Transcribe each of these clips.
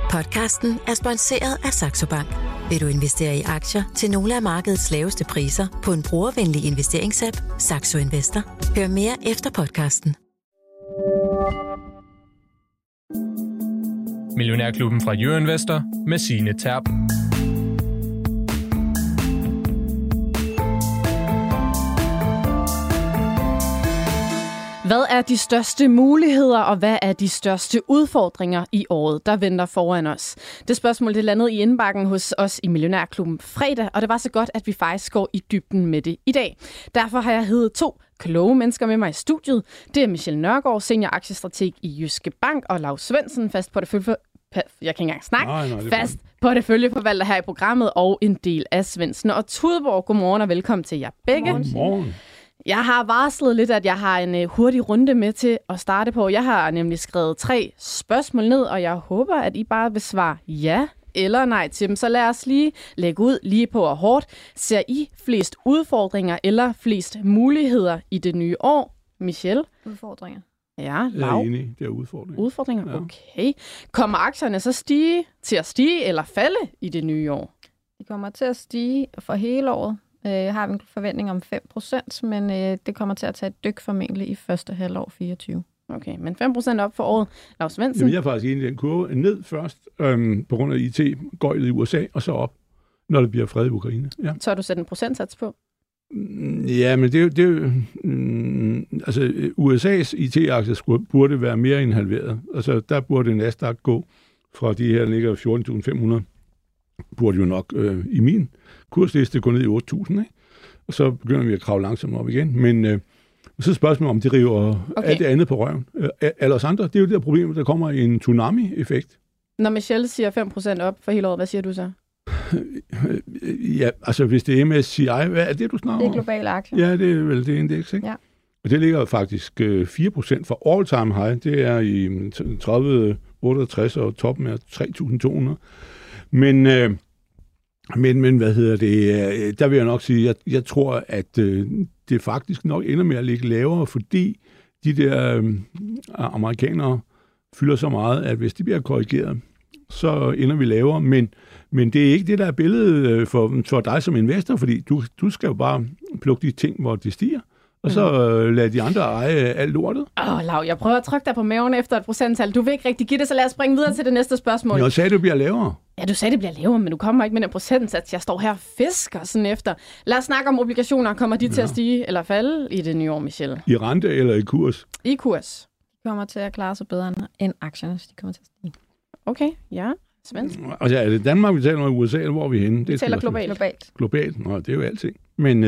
Podcasten er sponsoreret af Saxo Bank. Vil du investere i aktier til nogle af markedets laveste priser på en brugervenlig investeringsapp, Saxo Investor? Hør mere efter podcasten. Millionærklubben fra Jørgen Investor med Signe Terp. Hvad er de største muligheder, og hvad er de største udfordringer i året, der venter foran os? Det spørgsmål det landede i indbakken hos os i Millionærklubben fredag, og det var så godt, at vi faktisk går i dybden med det i dag. Derfor har jeg heddet 2 kloge mennesker med mig i studiet. Det er Michelle Nørgaard, senior aktiestrateg i Jyske Bank, og Lav Svendsen, fast porteføljeforvalter her i programmet, og en del af Svendsen og Tudborg. Godmorgen og velkommen til jer begge. Godmorgen. Jeg har varslet lidt, at jeg har en hurtig runde med til at starte på. Jeg har nemlig skrevet 3 spørgsmål ned, og jeg håber, at I bare vil svare ja eller nej til dem. Så lad os lige lægge ud lige på og hårdt. Ser I flest udfordringer eller flest muligheder i det nye år? Michelle? Udfordringer. Ja, Jeg er Lav. enig, det er udfordringer. Udfordringer? Ja. Okay. Kommer aktierne så til at stige eller falde i det nye år? De kommer til at stige for hele året. Jeg har en forventning om 5%, men det kommer til at tage et dyk formentlig i første halvår 24. Okay, men 5% op for året. Lav Svendsen? Jamen, jeg er faktisk enig i den kurve. Ned først på grund af IT-gøjlet i USA, og så op, når det bliver fred i Ukraine. Ja. Tør du sætte en procentsats på? Ja, men det er jo altså USA's IT-aktier burde være mere end halveret. Altså, der burde Nasdaq gå fra de her, der ligger 14.500, burde jo nok i min kursliste gå ned i 8.000, ikke? Og så begynder vi at kravle langsomt op igen. Men så er spørgsmålet, om de river alt det andet på røven. Alle os andre, det er jo det der problem, der kommer i en tsunami-effekt. Når Michelle siger 5% op for hele året, hvad siger du så? Ja, altså hvis det er MSCI, hvad er det, du snakker om? Det er globale aktier. Ja, det er vel det indeks, ikke? Ja. Og det ligger faktisk 4% for all-time high. Det er i 3068, og toppen er 3.200. Men hvad hedder det? Der vil jeg nok sige, jeg tror, at det faktisk nok ender med at ligge lavere, fordi de der amerikanere fylder så meget, at hvis de bliver korrigeret, så ender vi lavere. Men det er ikke det, der er billedet for dig som investor, fordi du skal jo bare plukke de ting, hvor det stiger, og så lade de andre eje alt lortet. Lav, jeg prøver at trykke dig på maven efter et procenttal. Du vil ikke rigtig give det, så lad os springe videre til det næste spørgsmål. Jeg sagde, det bliver lavere. Ja, du sagde, det bliver lavere, men du kommer ikke med en procentsats. Jeg står her og fisker sådan efter. Lad os snakke om obligationer. Kommer de til at stige eller falde i det nye år, Michelle? I rente eller i kurs? I kurs. De kommer til at klare sig bedre end aktierne, så de kommer til at stige. Okay, ja. Svendsen. Altså, er det Danmark, vi taler om, USA, eller hvor er vi henne? Vi taler globalt. Globalt? Nå, det er jo alting. Men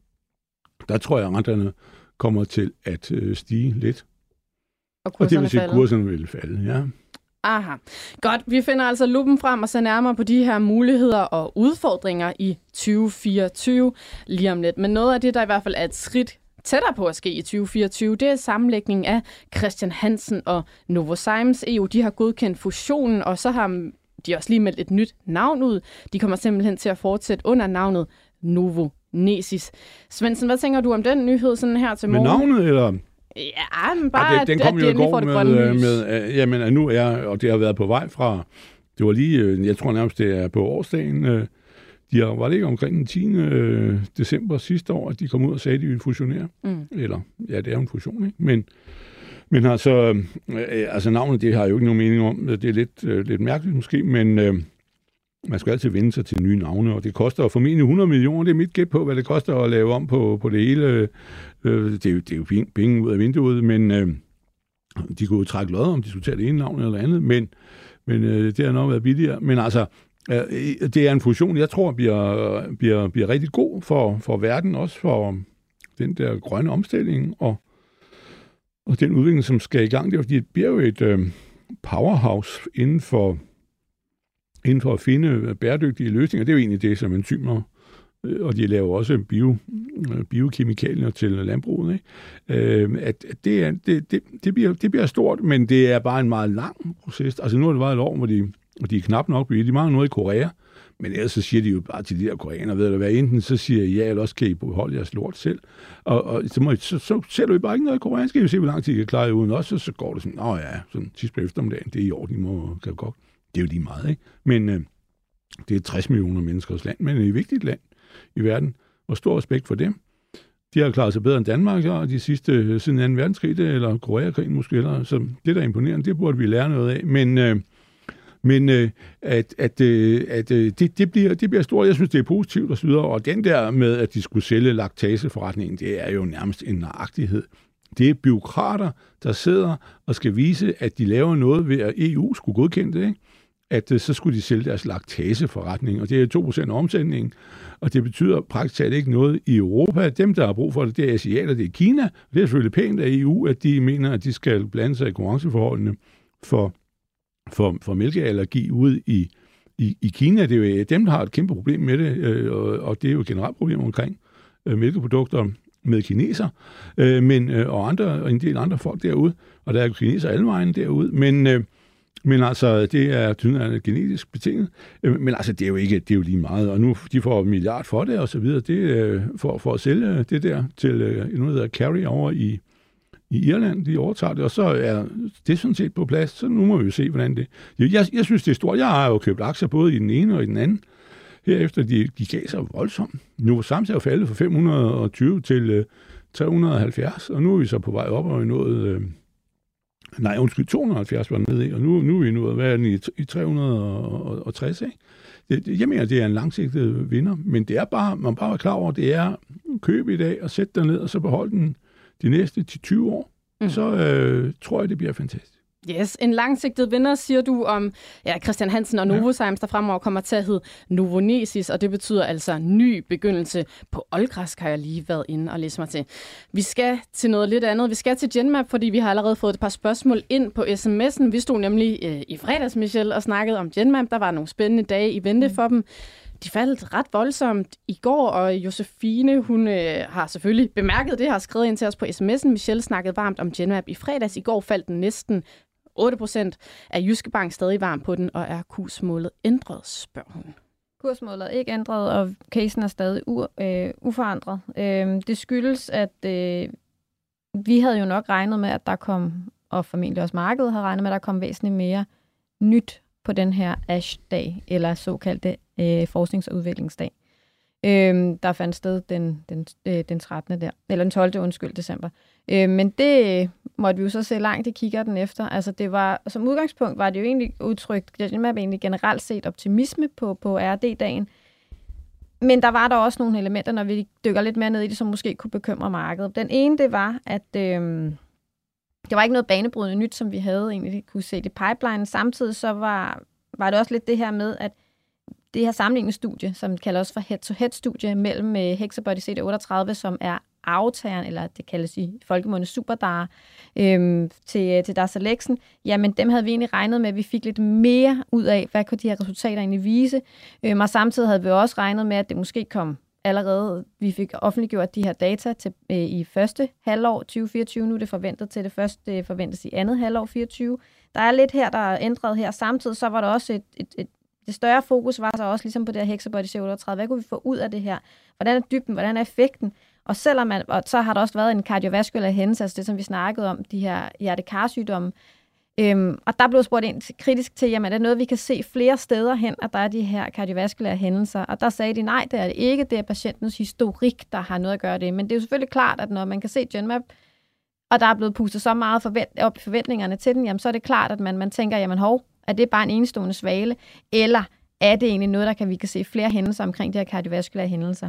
der tror jeg, at renterne kommer til at stige lidt. Og det vil sige, at kurserne vil falde, ja. Aha. Godt, vi finder altså luppen frem og ser nærmere på de her muligheder og udfordringer i 2024 lige om lidt. Men noget af det, der i hvert fald er et skridt tættere på at ske i 2024, det er sammenlægningen af Christian Hansen og Novozymes. EU, de har godkendt fusionen, og så har de også lige meldt et nyt navn ud. De kommer simpelthen til at fortsætte under navnet Novonesis. Svendsen, hvad tænker du om den nyhed sådan her til morgen? Med navnet, eller? Ja, men bare den kom at jo de i går får det grønne lys. Jamen, nu er, og det har været på vej fra, det var lige, jeg tror nærmest, det er på årsdagen, var det ikke omkring den 10. december sidste år, at de kom ud og sagde, at de ville fusionere. Eller, ja, det er jo en fusion, ikke? Men altså navnet, det har jeg jo ikke nogen mening om. Det er lidt mærkeligt måske, men man skal altid vende sig til nye navne, og det koster formentlig 100 millioner. Det er mit gæt på, hvad det koster at lave om på det hele. Det er jo penge ud af vinduet, men de kunne jo trække lod, om de skulle tage det ene navn eller andet, men det har nok været billigere. Men altså, det er en fusion, jeg tror bliver rigtig god for verden, også for den der grønne omstilling, og den udvikling, som skal i gang. Det er, fordi det bliver jo et powerhouse inden for at finde bæredygtige løsninger. Det er jo egentlig det, som enzymer, og de laver også biokemikalier til landbruget, ikke? At det bliver stort, men det er bare en meget lang proces. Altså nu har det været et år, hvor de er knap nok blive. De mangler noget i Korea, men ellers så siger de jo bare til de der koreanere, ved du hvad, enten så siger ja, eller også kan I beholde jeres lort selv. Og så ser du jo bare ikke noget i Korea, skal I jo se, hvor lang tid I kan klare det uden os, og så går det sådan, ja, sådan sidst på eftermiddagen, det er i orden, I kan godt Det er jo lige meget, ikke? Men det er 60 millioner menneskers land, men det er et vigtigt land i verden, og stor respekt for dem. De har klaret sig bedre end Danmark, og de sidste siden 2. verdenskrig, eller Koreakrigen måske, eller, så det der er imponerende, det burde vi lære noget af. Men det bliver stort. Jeg synes, det er positivt og så videre. Og den der med, at de skulle sælge laktaseforretningen, det er jo nærmest en nøjagtighed. Det er bureaukrater, der sidder og skal vise, at de laver noget ved, at EU skulle godkende det, ikke? At så skulle de sælge deres laktaseforretning, og det er 2% af omsætningen, og det betyder praktisk talt ikke noget i Europa. Dem, der har brug for det, det er asiater, det er Kina. Det er selvfølgelig pænt af EU, at de mener, at de skal blande sig i konkurrenceforholdene for mælkeallergi ude i Kina. Det er jo dem, der har et kæmpe problem med det, og det er jo et generelt problem omkring mælkeprodukter med kineser, og en del andre folk derude, og der er jo kineser alle vejen derude, men altså, det er tydeligt genetisk betinget. Men altså, det er jo lige meget. Og nu, de får 1 milliard for det, og så videre. Det er for at sælge det der til noget, der hedder Carry over i Irland. De overtager det, og så er det sådan set på plads. Så nu må vi jo se, hvordan det... Jeg synes, det er stort. Jeg har jo købt aktier både i den ene og i den anden. Herefter de gav sig voldsomt. Nu var samtidig faldet fra 520 til 370, og nu er vi så på vej op og nået... 270 var nede i, og nu er vi nået, hvad er den i 360, ikke? Jeg mener, det er en langsigtet vinder, men det er bare, man bare er klar over, det er køb i dag og sætte den ned, og så beholde den de næste 20 år. Så tror jeg, det bliver fantastisk. Yes, en langsigtet vinder, siger du om Christian Hansen og Novozymes, der fremover kommer til at hedde Novonesis, og det betyder altså ny begyndelse på oldgræsk, har jeg lige været inde og læse mig til. Vi skal til noget lidt andet. Vi skal til Genmab, fordi vi har allerede fået et par spørgsmål ind på sms'en. Vi stod nemlig i fredags, Michelle, og snakkede om Genmab. Der var nogle spændende dage i vente for dem. De faldt ret voldsomt i går, og Josefine, hun har selvfølgelig bemærket det, har skrevet ind til os på sms'en. Michelle snakkede varmt om Genmab i fredags. I går faldt den næsten 8% af Jyske Bank stadig varm på den, og er kursmålet ændret, spørger hun. Kursmålet er ikke ændret, og casen er stadig uforandret. Det skyldes, at vi havde jo nok regnet med, at der kom, og formentlig også markedet havde regnet med, at der kom væsentligt mere nyt på den her ASH-dag, eller såkaldte forsknings- og udviklingsdag. Der fandt sted den 13. der, eller den 12. december. Men det måtte vi jo så se langt i kikkerten efter. Altså det var, som udgangspunkt var det jo egentlig udtrykt, Genmab egentlig generelt set optimisme på RD-dagen. Men der var der også nogle elementer, når vi dykker lidt mere ned i det, som måske kunne bekymre markedet. Den ene, det var, at det var ikke noget banebrydende nyt, som vi havde egentlig kunne se i pipeline. Samtidig så var det også lidt det her med, at det her sammenligningsstudie, som kalder også for head-to-head-studie mellem Hexabody CD38, som er aftageren, eller det kaldes i folkemunde SuperDAR, til Darzalexen, jamen dem havde vi egentlig regnet med, at vi fik lidt mere ud af, hvad kunne de her resultater egentlig vise. Og samtidig havde vi også regnet med, at det måske kom allerede, vi fik offentliggjort de her data i første halvår 2024, nu er det forventet til det første forventes i andet halvår 2024. Der er lidt her, der er ændret her. Samtidig så var der også det større fokus var så også ligesom på det her Hexabody C38. Hvad kunne vi få ud af det her? Hvordan er dybden? Hvordan er effekten? Og selvom og så har der også været en kardiovaskulær hændelse, altså det, som vi snakkede om, de her hjertekarsygdomme. Og der blev spurgt ind kritisk til, jamen er det noget, vi kan se flere steder hen, at der er de her kardiovaskulære hændelser? Og der sagde de, nej, det er det ikke. Det er patientens historik, der har noget at gøre det. Men det er jo selvfølgelig klart, at når man kan se Genmab, og der er blevet pustet så meget op i forventningerne til den, jamen så er det klart, at man tænker, jamen er det bare en enestående svale, eller er det egentlig noget, vi kan se flere hændelser omkring de her kardiovaskulære hændelser?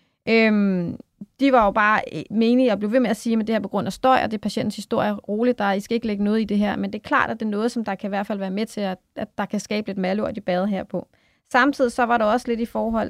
De var jo bare menige og blev ved med at sige, at det her på grund af støj, og det er patientens historie, roligt, I skal ikke lægge noget i det her, men det er klart, at det er noget, som der kan i hvert fald være med til, at der kan skabe lidt malurt i badet herpå. Samtidig så var der også lidt i forhold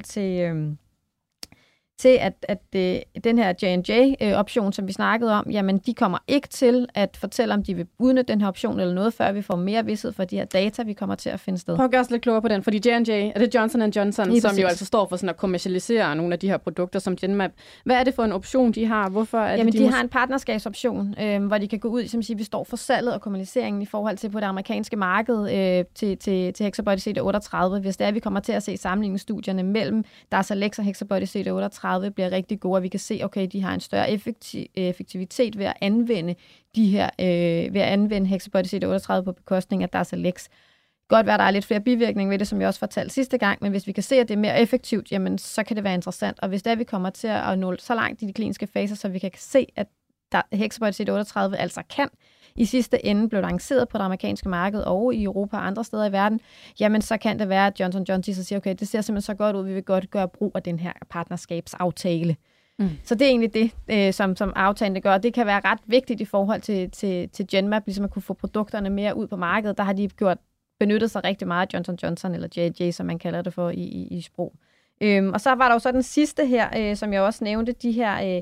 til at den her J&J-option, som vi snakkede om, jamen de kommer ikke til at fortælle, om de vil udnytte den her option eller noget, før vi får mere vished for de her data, vi kommer til at finde sted. Prøv at gøre os lidt klogere på den, fordi J&J, er det Johnson & Johnson, lige som præcis. jo altså står for sådan at kommercialisere nogle af de her produkter som Genmab. Hvad er det for en option, de har? Hvorfor er jamen, det, de har en partnerskabsoption, hvor de kan gå ud, som siger, vi står for salget og kommercialiseringen i forhold til på det amerikanske marked til Hexabody CD38. Hvis det er, vi kommer til at se sammenligningsstudierne mellem Darzalex og Hexabody CD38 bliver rigtig gode, og vi kan se, okay, de har en større effektivitet ved at anvende Hexabody CD38 på bekostning af Darzalex. godt være, der er lidt flere bivirkninger ved det, som jeg også fortalte sidste gang, men hvis vi kan se, at det er mere effektivt, jamen, så kan det være interessant. Og hvis det er, vi kommer til at nå så langt i de kliniske faser, så vi kan se, at hexabyte CD38 altså kan i sidste ende blive lanceret på det amerikanske marked og i Europa og andre steder i verden, jamen så kan det være, at Johnson så siger, okay, det ser simpelthen så godt ud, vi vil godt gøre brug af den her partnerskabsaftale. Så det er egentlig det, som aftalen det gør. Det kan være ret vigtigt i forhold til Genmab, ligesom at kunne få produkterne mere ud på markedet. Der har de benyttet sig rigtig meget af Johnson eller J&J, som man kalder det for i sprog. Og så var der jo så den sidste her, som jeg også nævnte, de her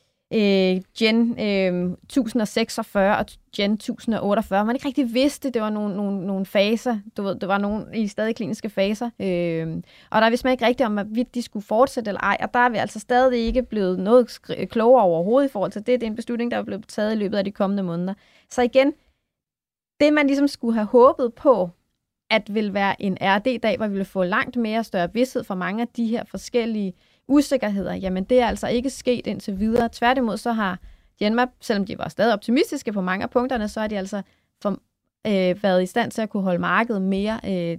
Gen 1046 og Gen 1048. Man ikke rigtig vidste, det var nogle faser. Du ved, det var nogle i stadig kliniske faser. Og der vidste man ikke rigtigt, om hvorvidt de skulle fortsætte eller ej. Og der er vi altså stadig ikke blevet noget klogere overhovedet i forhold til det. Det er en beslutning, der er blevet taget i løbet af de kommende måneder. Så igen, det man ligesom skulle have håbet på, at vil være en RD-dag, hvor vi vil få langt mere større vidsthed for mange af de her forskellige usikkerheder, jamen det er altså ikke sket indtil videre. Tværtimod så har Genmab, selvom de var stadig optimistiske på mange af punkterne, så har de altså været i stand til at kunne holde markedet mere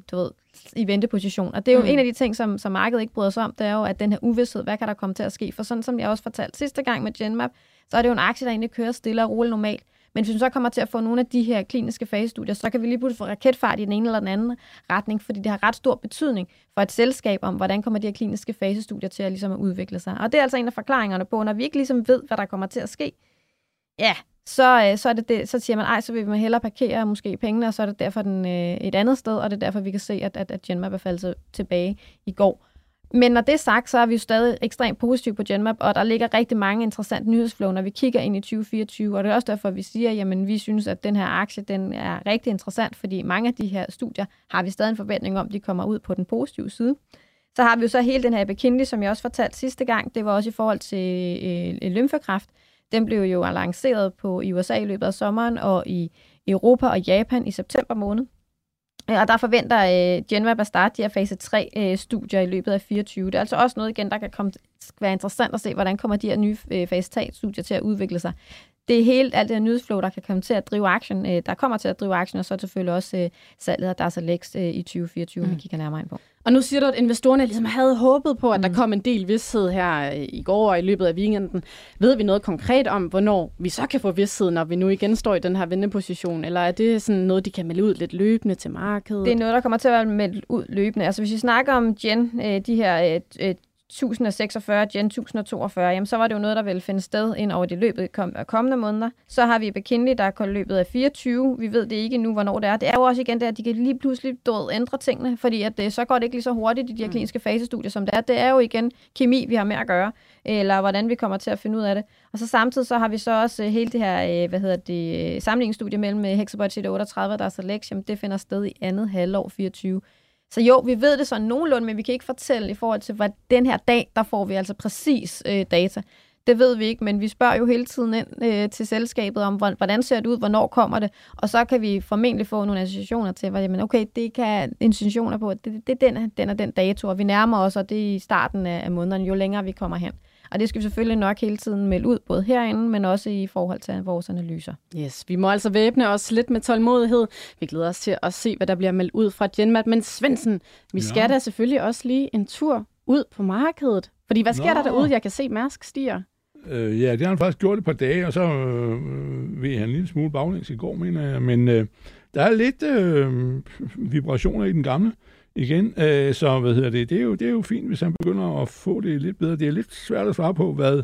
i venteposition. Og det er jo en af de ting, som markedet ikke bryder sig om, det er jo, at den her uvished, hvad kan der komme til at ske? For sådan som jeg også fortalte sidste gang med Genmab, så er det jo en aktie, der egentlig kører stille og roligt normalt. Men hvis vi så kommer til at få nogle af de her kliniske fasestudier, så kan vi lige pludselig få raketfart i den ene eller den anden retning, fordi det har ret stor betydning for et selskab om, hvordan kommer de her kliniske fasestudier til at, ligesom at udvikle sig. Og det er altså en af forklaringerne på, når vi ikke ligesom ved, hvad der kommer til at ske, ja, så er det, så siger man, så vil man hellere parkere måske pengene, og så er det derfor et andet sted, og det er derfor, vi kan se, at Genmab er faldet tilbage i går. Men når det er sagt, så er vi jo stadig ekstremt positive på Genmab, og der ligger rigtig mange interessante nyhedsflow, når vi kigger ind i 2024, og det er også derfor, vi siger, jamen vi synes, at den her aktie, den er rigtig interessant, fordi mange af de her studier har vi stadig en forventning om, de kommer ud på den positive side. Så har vi jo så hele den her Epkinly, som jeg også fortalte sidste gang, det var også i forhold til lymfekræft. Den blev jo lanceret i USA i løbet af sommeren, og i Europa og Japan i september måned. Og der forventer Genmab at starte de her fase 3-studier i løbet af 2024. Det er altså også noget igen, der kan være interessant at se, hvordan kommer de her nye fase 3-studier til at udvikle sig. Det er alt det her nyhedsflow, der kan komme til at drive aktien, der kommer til at drive aktien, og så selvfølgelig også salget af DARZALEX i 2024, vi kigger nærmere ind på. Og nu siger du, at investorerne ligesom havde håbet på, at der kom en del vished her i går og i løbet af weekenden. Ved vi noget konkret om, hvornår vi så kan få vished, når vi nu igen står i den her venteposition? Eller er det sådan noget, de kan melde ud lidt løbende til markedet? Det er noget, der kommer til at være meldt ud løbende. Altså hvis vi snakker om de her 1046, Gen 1042, jamen, så var det jo noget, der ville finde sted ind over det løbet af kommende måneder. Så har vi Epkinly, der er løbet af 24. Vi ved det ikke nu, hvornår det er. Det er jo også igen det, at de kan lige pludselig ændre tingene, fordi at så går det ikke lige så hurtigt i de her kliniske fasestudier, som det er. Det er jo igen kemi, vi har med at gøre, eller hvordan vi kommer til at finde ud af det. Og så samtidig så har vi så også hele det her, sammenligningsstudie mellem hexabyte CD38 og DARZALEX, det finder sted i andet halvår 24. Så jo, vi ved det sådan nogenlunde, men vi kan ikke fortælle i forhold til, hvad den her dag, der får vi altså præcis data. Det ved vi ikke, men vi spørger jo hele tiden ind til selskabet om, hvordan ser det ud, hvornår kommer det, og så kan vi formentlig få nogle associationer til, hvad okay, det kan institutioner på, det er den dato, og vi nærmer os, og det er i starten af måneden, jo længere vi kommer hen. Og det skal vi selvfølgelig nok hele tiden melde ud, både herinde, men også i forhold til vores analyser. Yes, vi må altså væbne os lidt med tålmodighed. Vi glæder os til at se, hvad der bliver meldt ud fra Genmab. Men Svendsen, vi skal da selvfølgelig også lige en tur ud på markedet. Fordi hvad sker der derude? Jeg kan se, Mærsk stiger. Ja, det har han faktisk gjort et par dage, og så ved han en lille smule baglæns i går, mener jeg. Men der er lidt vibrationer i den gamle. Igen, så det er jo fint, hvis han begynder at få det lidt bedre. Det er lidt svært at svare på, hvad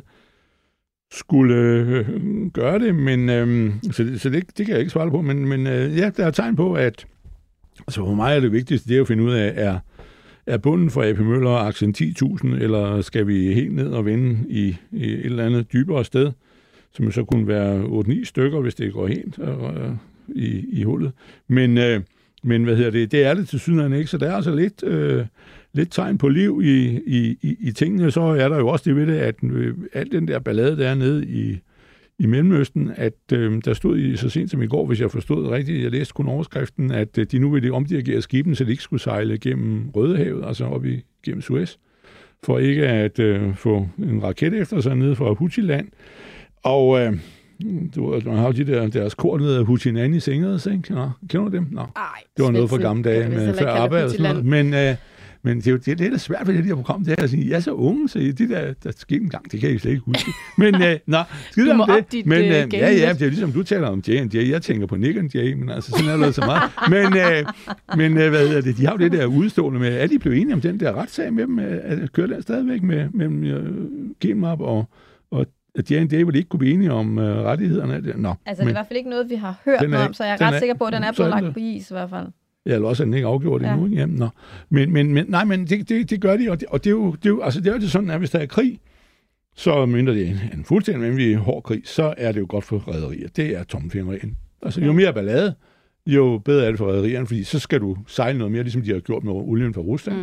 skulle gøre det, men så det kan jeg ikke svare på. Men ja, der er tegn på, at altså for mig er det vigtigste, det er at finde ud af, er bunden for AP Møller aktien 10.000, eller skal vi helt ned og vende i et eller andet dybere sted, som så kunne være 8-9 stykker, hvis det går helt i hullet. Men det er det til synligheden ikke, så der er altså lidt tegn på liv i tingene. Så er der jo også det ved det, at al den der ballade, der er nede i Mellemøsten, at der stod så sent som i går, hvis jeg forstod det rigtigt, jeg læste kun overskriften, at de nu ville omdirigere skibene, så de ikke skulle sejle gennem Rødehavet, altså op gennem Suez, for ikke at få en raket efter sig nede fra Houthi-land. Og Man har jo deres kor nede af Houchinani Singers, ikke? Nå, kender du dem? Nå. Det var noget fra gamle dage med før arbejde og sådan noget. Men det er jo det er da svært ved det her program, det er at sige, jeg er så unge, så det der skete en gang, det kan jeg slet ikke huske. Men du må op dit ja, det er ligesom du taler om J&J, jeg tænker på Nick and Jay, men altså sådan er det så meget. Men hvad hedder det, de har jo det der udstående med, er de blevet enige om den der retssag med dem, at køre der stadigvæk med Genmap og at J&J ville ikke kunne blive enige om rettighederne. Altså, det er i hvert fald ikke noget, vi har hørt noget om, så jeg er ret sikker på, at den er blevet lagt på is i hvert fald. Ja, eller også er den ikke afgjort endnu. Ja. Nå. Men det gør de, og det er jo sådan, at hvis der er krig, så mindre det en fuldstændig hård krig, så er det jo godt for rederier. Det er tommelfingerreglen. Altså, jo mere ballade, jo bedre er det for rederierne, fordi så skal du sejle noget mere, ligesom de har gjort med olien fra Rusland.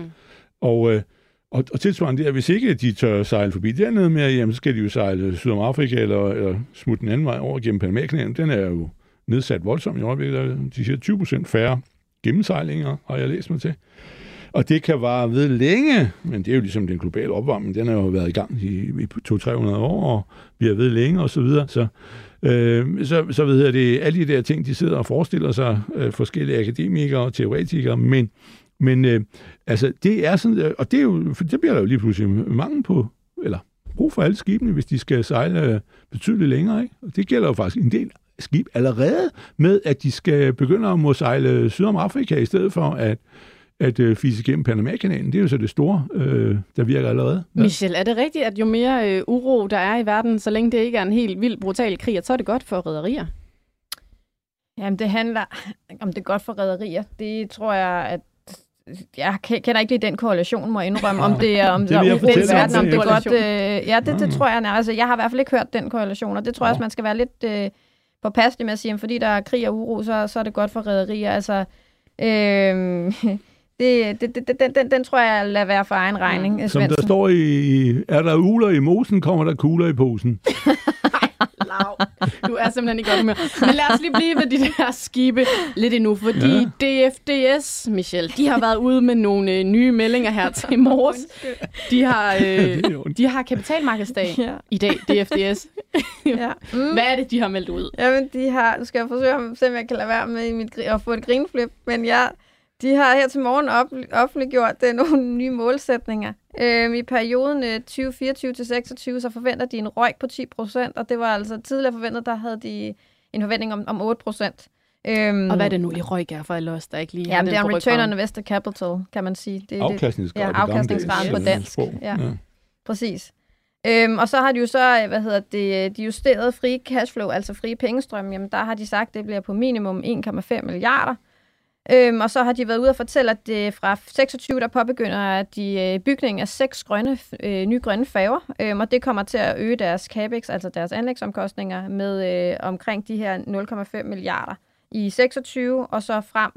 Og tilsvarende der, hvis ikke de tør sejle forbi dernede mere, jamen, så skal de jo sejle syd om Afrika, eller smutte den anden vej over gennem Panamakanalen. Den er jo nedsat voldsomt i øjeblikket. De siger 20% færre gennemsejlinger, har jeg læst mig til. Og det kan vare ved længe, men det er jo ligesom den globale opvarmning, den har jo været i gang i 200-300 år, og vi har ved længe, og så videre. Så ved jeg det, alle de der ting, de sidder og forestiller sig, forskellige akademikere og teoretikere, men altså, det er sådan, og det er jo, det bliver der jo lige pludselig mangel på, eller brug for alle skibene, hvis de skal sejle betydeligt længere, ikke? Og det gælder jo faktisk en del skib allerede med, at de skal begynde at må sejle syd om Afrika, i stedet for at fise igennem Panamakanalen. Det er jo så det store, der virker allerede. Ja. Michel, er det rigtigt, at jo mere uro der er i verden, så længe det ikke er en helt vild, brutal krig, så er det godt for rederier? Jamen, det handler om det er godt for rederier. Det tror jeg, at jeg kender ikke lige den korrelation, må jeg indrømme, om det er om det er verden, om det er godt. Det tror jeg nærmest. Altså, jeg har i hvert fald ikke hørt den korrelation, og det tror jeg også, man skal være lidt påpasselig med at sige, at fordi der er krig og uro, så er det godt for rederier. Altså, den tror jeg lader være for egen regning. Som der står er der uler i mosen, kommer der kugler i posen. Du er simpelthen ikke godt med. Men lad os lige blive ved de der skibe lidt endnu, fordi DFDS, Michel, de har været ude med nogle nye meldinger her til morges. De har kapitalmarkedsdag i dag, DFDS. Hvad er det, de har meldt ud? Jamen, nu skal jeg forsøge at se, om jeg kan lade være med at få et grinflip, men de har her til morgen offentliggjort nogle nye målsætninger. I perioden 2024-26, så forventer de en ROIC på 10%, og det var altså tidligere forventet, der havde de en forventning om 8%. Og hvad er det nu, ROIC er for alle os, der ikke lige har den? Det er en return on invested capital, kan man sige. Afkastningsgraden på dansk. Ja, præcis. Og så har de jo så, de justerede frie cashflow, altså frie pengestrømme, jamen der har de sagt, det bliver på minimum 1,5 milliarder. Og så har de været ude og fortælle, at det fra 26, der påbegynder de bygning af 6 nye grønne færger, og det kommer til at øge deres capex, altså deres anlægsomkostninger, med omkring de her 0,5 milliarder i 26, og så frem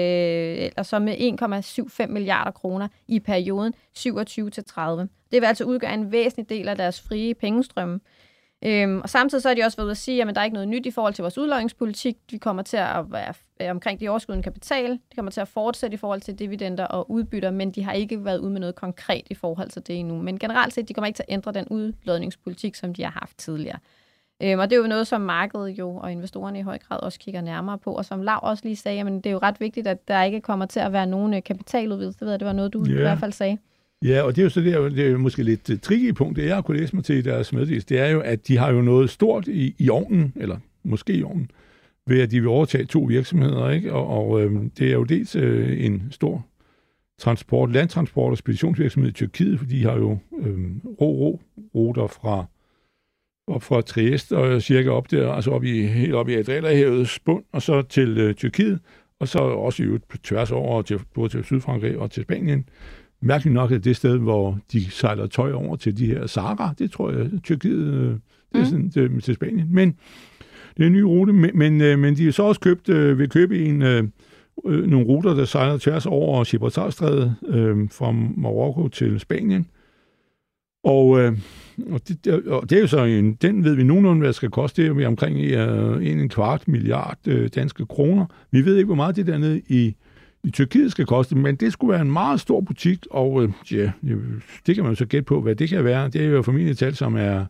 med 1,75 milliarder kroner i perioden 27 til 30. Det vil altså udgøre en væsentlig del af deres frie pengestrømme. Og samtidig så har de også været ude at sige, at der er ikke noget nyt i forhold til vores udlodningspolitik. Vi kommer til at være omkring de overskydende kapital. Det kommer til at fortsætte i forhold til dividender og udbytter, men de har ikke været ude med noget konkret i forhold til det endnu. Men generelt set, de kommer ikke til at ændre den udlodningspolitik, som de har haft tidligere. Og det er jo noget, som markedet jo og investorerne i høj grad også kigger nærmere på. Og som Lav også lige sagde, men det er jo ret vigtigt, at der ikke kommer til at være nogen kapitaludvidelse. Det ved jeg, det var noget, du i hvert fald sagde. Ja, og det er jo så det er jo måske lidt tricky punkt, det jeg har kunnet læse mig til i deres meddelelse, det er jo, at de har jo noget stort i ovnen, eller måske i ovnen, ved at de vil overtage 2 virksomheder, ikke? Og det er jo dels en stor landtransport og speditionsvirksomhed i Tyrkiet, fordi de har jo ruter fra Trieste og cirka op der, altså helt op i Adriaterhavets bund, og så til Tyrkiet, og så også jo tværs over både til Sydfrankrig og til Spanien. Mærkeligt nok er det sted, hvor de sejler tøj over til de her Sahara. Det tror jeg, Tyrkiet det er sådan, til Spanien. Men det er en ny rute. Men de har så også vil købe nogle ruter, der sejler tværs over Gibraltarstrædet fra Marokko til Spanien. Og det er jo så den ved vi nogenlunde, hvad det skal koste. Det er omkring 1,25 milliard danske kroner. Vi ved ikke, hvor meget det dernede i Tyrkiet skal koste, men det skulle være en meget stor butik, og det kan man jo så gætte på, hvad det kan være. Det er jo formentlig et tal, som er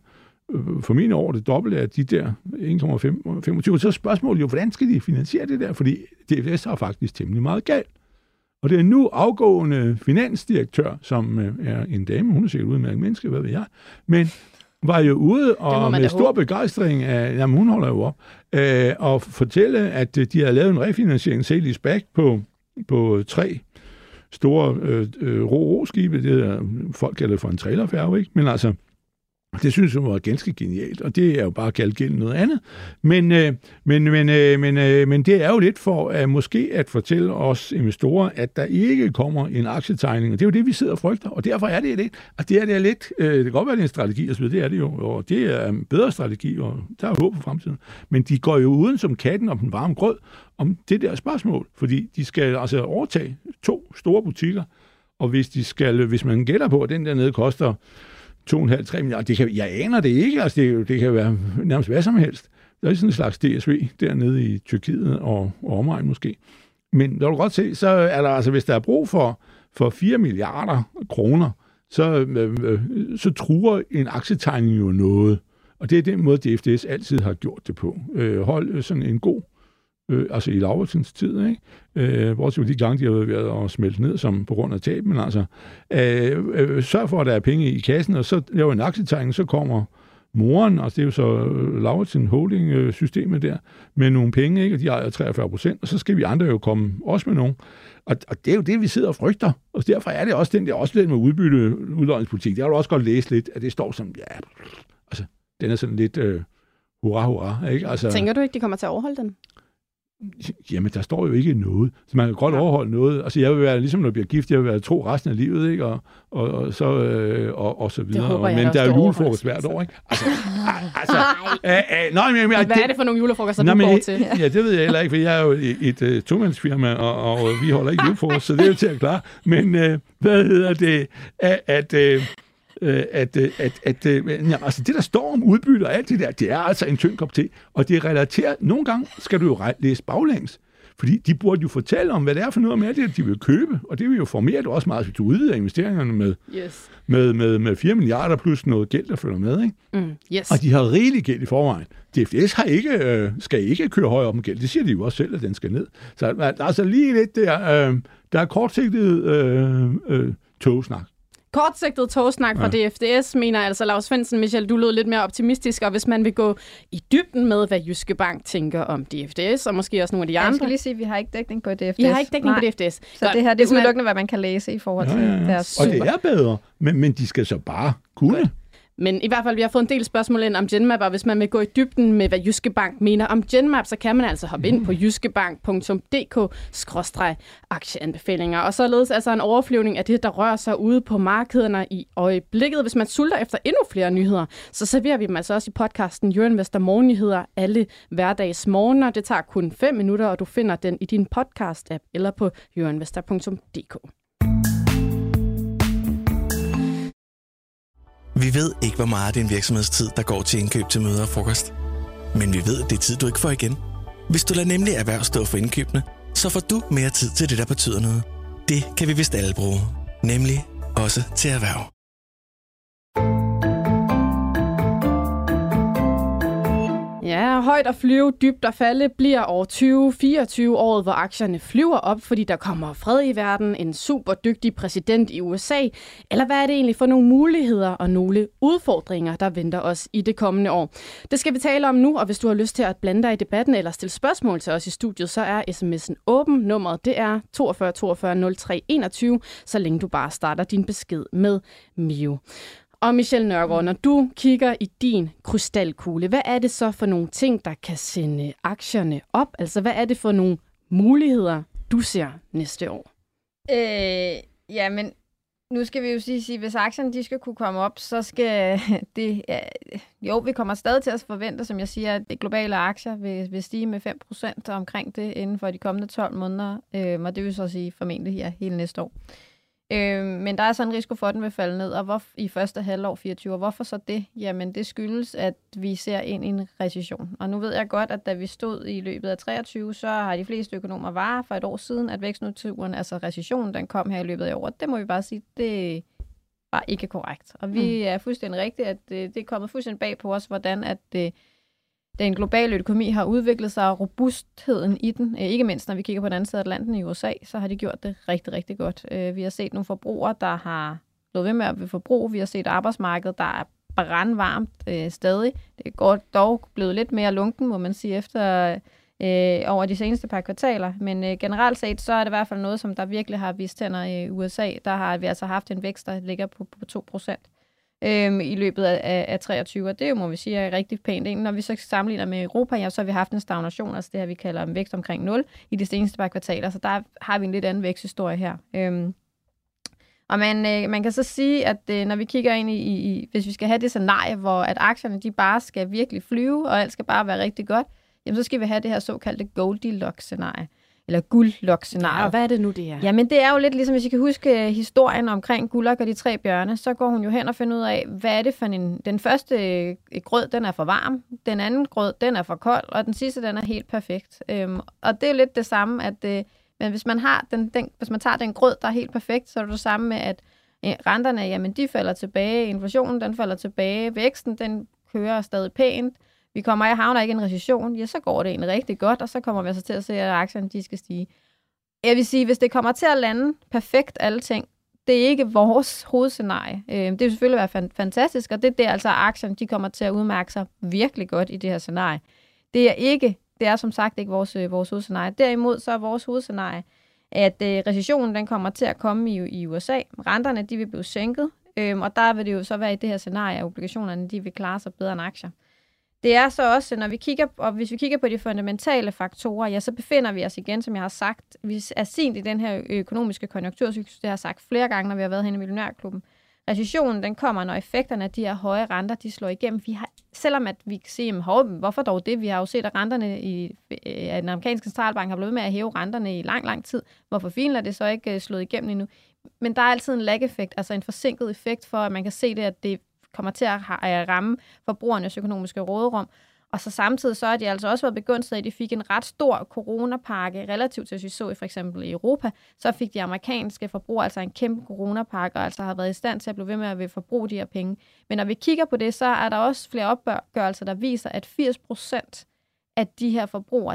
formentlig over det dobbelte af de der 1,25. Så er spørgsmålet jo, hvordan skal de finansiere det der? Fordi DFS har faktisk temmelig meget galt. Og det er nu afgående finansdirektør, som er en dame, hun er sikkert ude med en menneske, hvad ved jeg, men var jo ude og med stor begejstring af, jamen hun holder jo op, og fortælle, at de har lavet en refinansiering, sale-leaseback på 3 store ro-skibe, det er folk kalder det for en trailerfærge, ikke? Men altså, det synes jeg var ganske genialt, og det er jo bare kaldt gæld noget andet. Men det er jo lidt for at måske at fortælle os investorer, at der ikke kommer en aktietegning, og det er jo det, vi sidder og frygter, og derfor er det lidt, og det er lidt, det kan godt være, det er en strategi, og så videre, det er det jo, og det er en bedre strategi, og der er håb for fremtiden. Men de går jo uden som katten om den varme grød om det der spørgsmål, fordi de skal altså overtage 2 store butikker, og hvis man gætter på, at den der nede koster 2,5-3 milliarder. Jeg aner det ikke. Altså, det kan være nærmest hvad som helst. Der er sådan en slags DSV dernede i Tyrkiet og omegn måske. Men når du godt se, så er der altså, hvis der er brug for 4 milliarder kroner, så truer en aktietegning jo noget. Og det er den måde, DFDS altid har gjort det på. Hold sådan en god altså i Laubertsens tid, ikke? Bortset de gange, de har været at smelte ned som på grund af tab, men altså sørg for, at der er penge i kassen, og så laver en aktietegning, så kommer moren, altså det er jo så Laubertsen holding-systemet der, med nogle penge, ikke? Og de ejer 43%, og så skal vi andre jo komme også med nogen. Og det er jo det, vi sidder og frygter. Og derfor er det også den der også lidt med udlodningspolitik. Det har du også godt læst lidt, at det står som, ja, altså, den er sådan lidt hurra, ikke? Altså, tænker du ikke, de kommer til at overholde den? Jamen, der står jo ikke noget. Så man kan godt overholde noget. Altså, jeg vil være, ligesom når jeg bliver gift, jeg vil være tro resten af livet, ikke? Og så videre. Men der er jo julefrokost hvert år, ikke? Altså, hvad er det for nogle julefrokoster, du går til? Ja, det ved jeg heller ikke, for jeg er jo et tomandsfirma, og vi holder ikke julefrokost, så det er jo til at klare. Men hvad hedder det? Altså det, der står om udbytte og alt det der, det er altså en tynd kop te, og det er relateret. Nogle gange skal du jo læse baglæns, fordi de burde jo fortælle om, hvad det er for noget med det, de vil købe, og det vil jo formere det også meget, hvis du udvider investeringerne med 4 milliarder plus noget gæld, der følger med, ikke? Og de har rigelig gæld i forvejen. DFDS skal ikke køre højere op med gæld, det siger de jo også selv, at den skal ned. Så der er altså lige lidt der er kortsigtet togsnak. Kortsigtet togsnak fra DFDS, mener altså Lars Svendsen. Michel, du lød lidt mere optimistisk, og hvis man vil gå i dybden med, hvad Jyske Bank tænker om DFDS, og måske også nogle af de andre. Jeg skal lige sige, at vi har ikke dækning på DFDS. I har ikke dækning på DFDS. Så godt, det her, det er udelukkende, hvad man kan læse i forhold til deres. Og det er bedre, men de skal så bare kunne. Godt. Men i hvert fald, vi har fået en del spørgsmål ind om Genmap, og hvis man vil gå i dybden med, hvad Jyske Bank mener om Genmap, så kan man altså hoppe ind på jyskebank.dk/aktieanbefalinger. Og således altså en overflyvning af det, der rører sig ude på markederne i øjeblikket. Hvis man sulter efter endnu flere nyheder, så serverer vi dem altså også i podcasten Euroinvestor Morgennyheder alle hverdags morgener. Det tager kun 5 minutter, og du finder den i din podcast-app eller på euroinvestor.dk. Vi ved ikke, hvor meget af din virksomhedstid, der går til indkøb til møder og frokost. Men vi ved, at det er tid, du ikke får igen. Hvis du lader nemlig erhverv stå for indkøbene, så får du mere tid til det, der betyder noget. Det kan vi vist alle bruge. Nemlig også til erhverv. Ja, højt at flyve, dybt at falde bliver år 2024 året, hvor aktierne flyver op, fordi der kommer fred i verden, en super dygtig præsident i USA. Eller hvad er det egentlig for nogle muligheder og nogle udfordringer, der venter os i det kommende år? Det skal vi tale om nu, og hvis du har lyst til at blande dig i debatten eller stille spørgsmål til os i studiet, så er sms'en åben. Nummeret det er 42 42 03 21, så længe du bare starter din besked med Mio. Og Michel Nørgaard, når du kigger i din krystalkugle, hvad er det så for nogle ting, der kan sende aktierne op? Altså, hvad er det for nogle muligheder, du ser næste år? Men nu skal vi jo sige, hvis aktierne de skal kunne komme op, så skal det... vi kommer stadig til at forvente, som jeg siger, at det globale aktier vil stige med 5% omkring det inden for de kommende 12 måneder. Og det vil så sige formentlig her hele næste år. Men der er så en risiko for, at den vil falde ned, og i første halvår 24. Og hvorfor så det? Jamen, det skyldes, at vi ser ind i en recession. Og nu ved jeg godt, at da vi stod i løbet af 23, så har de fleste økonomer varet for et år siden, at vækstnaturen, altså recessionen, den kom her i løbet af året. Det må vi bare sige, det bare ikke korrekt. Og vi er fuldstændig rigtigt, at det er kommet fuldstændig bag på os, hvordan at den globale økonomi har udviklet sig, og robustheden i den, ikke mindst når vi kigger på den anden side af Atlanten i USA, så har de gjort det rigtig, rigtig godt. Vi har set nogle forbrugere, der har blevet ved med at forbruge. Vi har set arbejdsmarkedet, der er brandvarmt stadig. Det er godt dog blevet lidt mere lunken, må man sige, efter over de seneste par kvartaler. Men generelt set, så er det i hvert fald noget, som der virkelig har vist tænder i USA. Der har vi altså haft en vækst, der ligger på 2%. I løbet af 23, og det må vi sige er rigtig pænt. Når vi så sammenligner med Europa, ja, så har vi haft en stagnation, altså det her, vi kalder en vækst omkring 0 i de seneste par kvartaler, så der har vi en lidt anden væksthistorie her. Og man kan så sige, at når vi kigger ind i hvis vi skal have det scenarie, hvor at aktierne de bare skal virkelig flyve, og alt skal bare være rigtig godt, jamen så skal vi have det her såkaldte Goldilocks-scenarie. Eller Guldlok-scenarie. Ja, og hvad er det nu, det er? Jamen, det er jo lidt ligesom, hvis I kan huske historien omkring Guldlok og de 3 bjørne, så går hun jo hen og finder ud af, hvad er det for en... Den første grød, den er for varm, den anden grød, den er for kold, og den sidste, den er helt perfekt. Og det er jo lidt det samme, at men hvis man har hvis man tager den grød, der er helt perfekt, så er det det samme med, at renterne, jamen, de falder tilbage, inflationen, den falder tilbage, væksten, den kører stadig pænt, vi havner ikke i en recession, ja, så går det egentlig rigtig godt, og så kommer vi altså til at se, at aktierne de skal stige. Jeg vil sige, hvis det kommer til at lande perfekt alle ting, det er ikke vores hovedscenarie. Det vil selvfølgelig være fantastisk, og det er altså, at aktierne de kommer til at udmærke sig virkelig godt i det her scenarie. Det er som sagt ikke vores hovedscenarie. Derimod så er vores hovedscenarie, at recessionen den kommer til at komme i USA. Renterne de vil blive sænket, og der vil det jo så være i det her scenarie, at obligationerne de vil klare sig bedre end aktier. Det er så også, når vi kigger, og hvis vi kigger på de fundamentale faktorer, ja, så befinder vi os igen, som jeg har sagt, vi er sent i den her økonomiske konjunkturcyklus, det har jeg sagt flere gange, når vi har været henne i Millionærklubben. Recessionen, den kommer, når effekterne af de her høje renter, de slår igennem. Selvom at vi kan se, hvorfor dog det? Vi har jo set, at renterne i den amerikanske centralbank har blevet med at hæve renterne i lang, lang tid. Hvorfor filen er det så ikke slået igennem endnu? Men der er altid en lag-effekt, altså en forsinket effekt for, at man kan se det, at det kommer til at ramme forbrugernes økonomiske råderum. Og så samtidig så er de altså også været begunstiget, at de fik en ret stor coronapakke, relativt til, hvis vi så for eksempel i Europa, så fik de amerikanske forbrugere altså en kæmpe coronapakke, og altså har været i stand til at blive ved med at forbruge de her penge. Men når vi kigger på det, så er der også flere opgørelser, der viser, at 80% af de her forbrugere,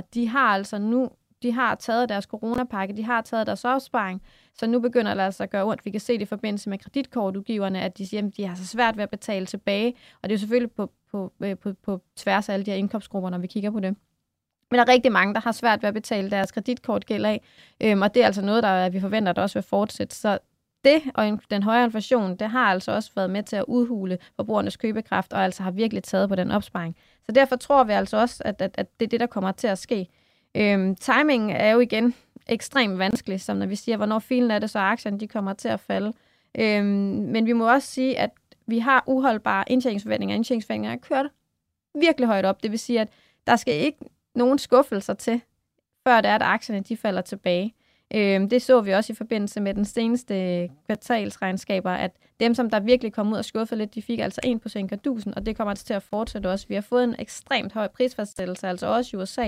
de har taget deres coronapakke, de har taget deres opsparing, så nu begynder det altså at gøre ondt. Vi kan se det i forbindelse med kreditkortudgiverne, at de siger, at de har så svært ved at betale tilbage, og det er jo selvfølgelig på tværs af alle de her indkomstgrupper, når vi kigger på det. Men der er rigtig mange, der har svært ved at betale deres kreditkortgæld af, og det er altså noget, der vi forventer, at også vil fortsætte. Så det og den højere inflation, det har altså også været med til at udhule forbrugernes købekraft, og altså har virkelig taget på den opsparing. Så derfor tror vi altså også, at det er det, der kommer til at ske. Timingen er jo igen ekstremt vanskelig, som når vi siger, hvornår filen er det, så aktierne de kommer til at falde. Men vi må også sige, at vi har uholdbare indtjeningsforventninger. Indtjeningsforventninger er kørt virkelig højt op. Det vil sige, at der skal ikke nogen skuffelser til, før det er, at aktierne de falder tilbage. Det så vi også i forbindelse med den seneste kvartalsregnskaber, at dem, som der virkelig kom ud og skuffede lidt, de fik altså 1% gardusen, og det kommer altså til at fortsætte også. Vi har fået en ekstremt høj prisfastsættelse, altså også i USA.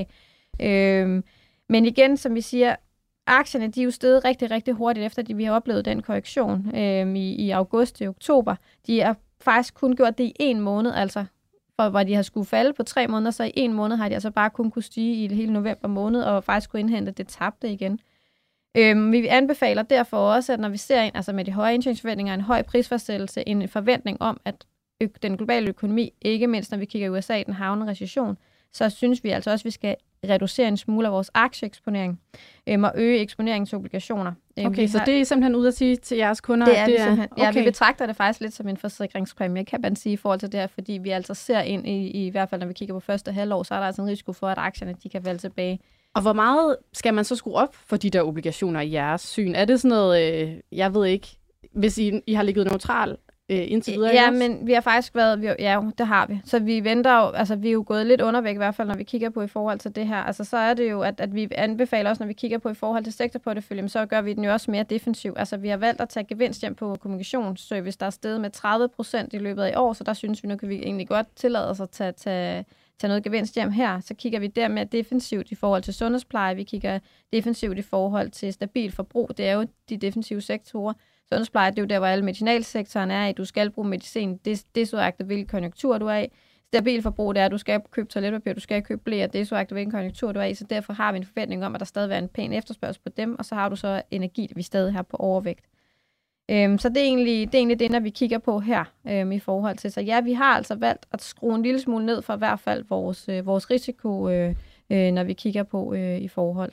Men igen, som vi siger, aktierne de er jo steget rigtig, rigtig hurtigt, efter at vi har oplevet den korrektion i august til oktober. De har faktisk kun gjort det i 1 måned, altså hvor de har skulle falde på 3 måneder, så i 1 måned har de altså bare kun kunne stige i hele november måned, og faktisk kunne indhente det tabte igen. Vi anbefaler derfor også, at når vi ser altså med de høje indtjeningsforventninger, en høj prisfastsættelse, en forventning om, at den globale økonomi, ikke mindst når vi kigger i USA, den havner en recession, så synes vi altså også, at vi skal reducere en smule af vores aktieeksponering og øge eksponeringen til obligationer. Okay, så det er simpelthen ud at sige til jeres kunder? Det er vi simpelthen. Okay. Ja, vi betragter det faktisk lidt som en forsikringspræmie, kan man sige, i forhold til det her, fordi vi altså ser ind i hvert fald, når vi kigger på første halvår, så er der altså en risiko for, at aktierne de kan falde tilbage. Og hvor meget skal man så skrue op for de der obligationer i jeres syn? Er det sådan noget, jeg ved ikke, hvis I har ligget neutral indtil videre? Ja, men vi har faktisk været, ja, det har vi. Så vi venter jo, altså vi er jo gået lidt undervæk i hvert fald, når vi kigger på i forhold til det her. Altså så er det jo, at vi anbefaler også, når vi kigger på i forhold til sektorporteføljen, så gør vi den jo også mere defensiv. Altså vi har valgt at tage gevinst hjem på kommunikationsservice, der er steget med 30% i løbet af i år, så der synes vi, nu kan vi egentlig godt tillade os at tage tage noget gevinst hjem her, så kigger vi der mere defensivt i forhold til sundhedspleje, vi kigger defensivt i forhold til stabil forbrug, det er jo de defensive sektorer. Sundhedspleje, det er jo der, hvor alle medicinalsektoren er i, du skal bruge medicin, det er så agtigt, hvilken konjunktur du er i. Stabil forbrug, det er, at du skal købe toiletpapir, du skal købe bleer, det er så agtigt, hvilken konjunktur du er i, så derfor har vi en forventning om, at der stadig er en pæn efterspørgsel på dem, og så har du så energi, vi stadig har på overvægt. Så det er egentlig det, når vi kigger på her i forhold til. Så ja, vi har altså valgt at skrue en lille smule ned for i hvert fald vores risiko, når vi kigger på i forhold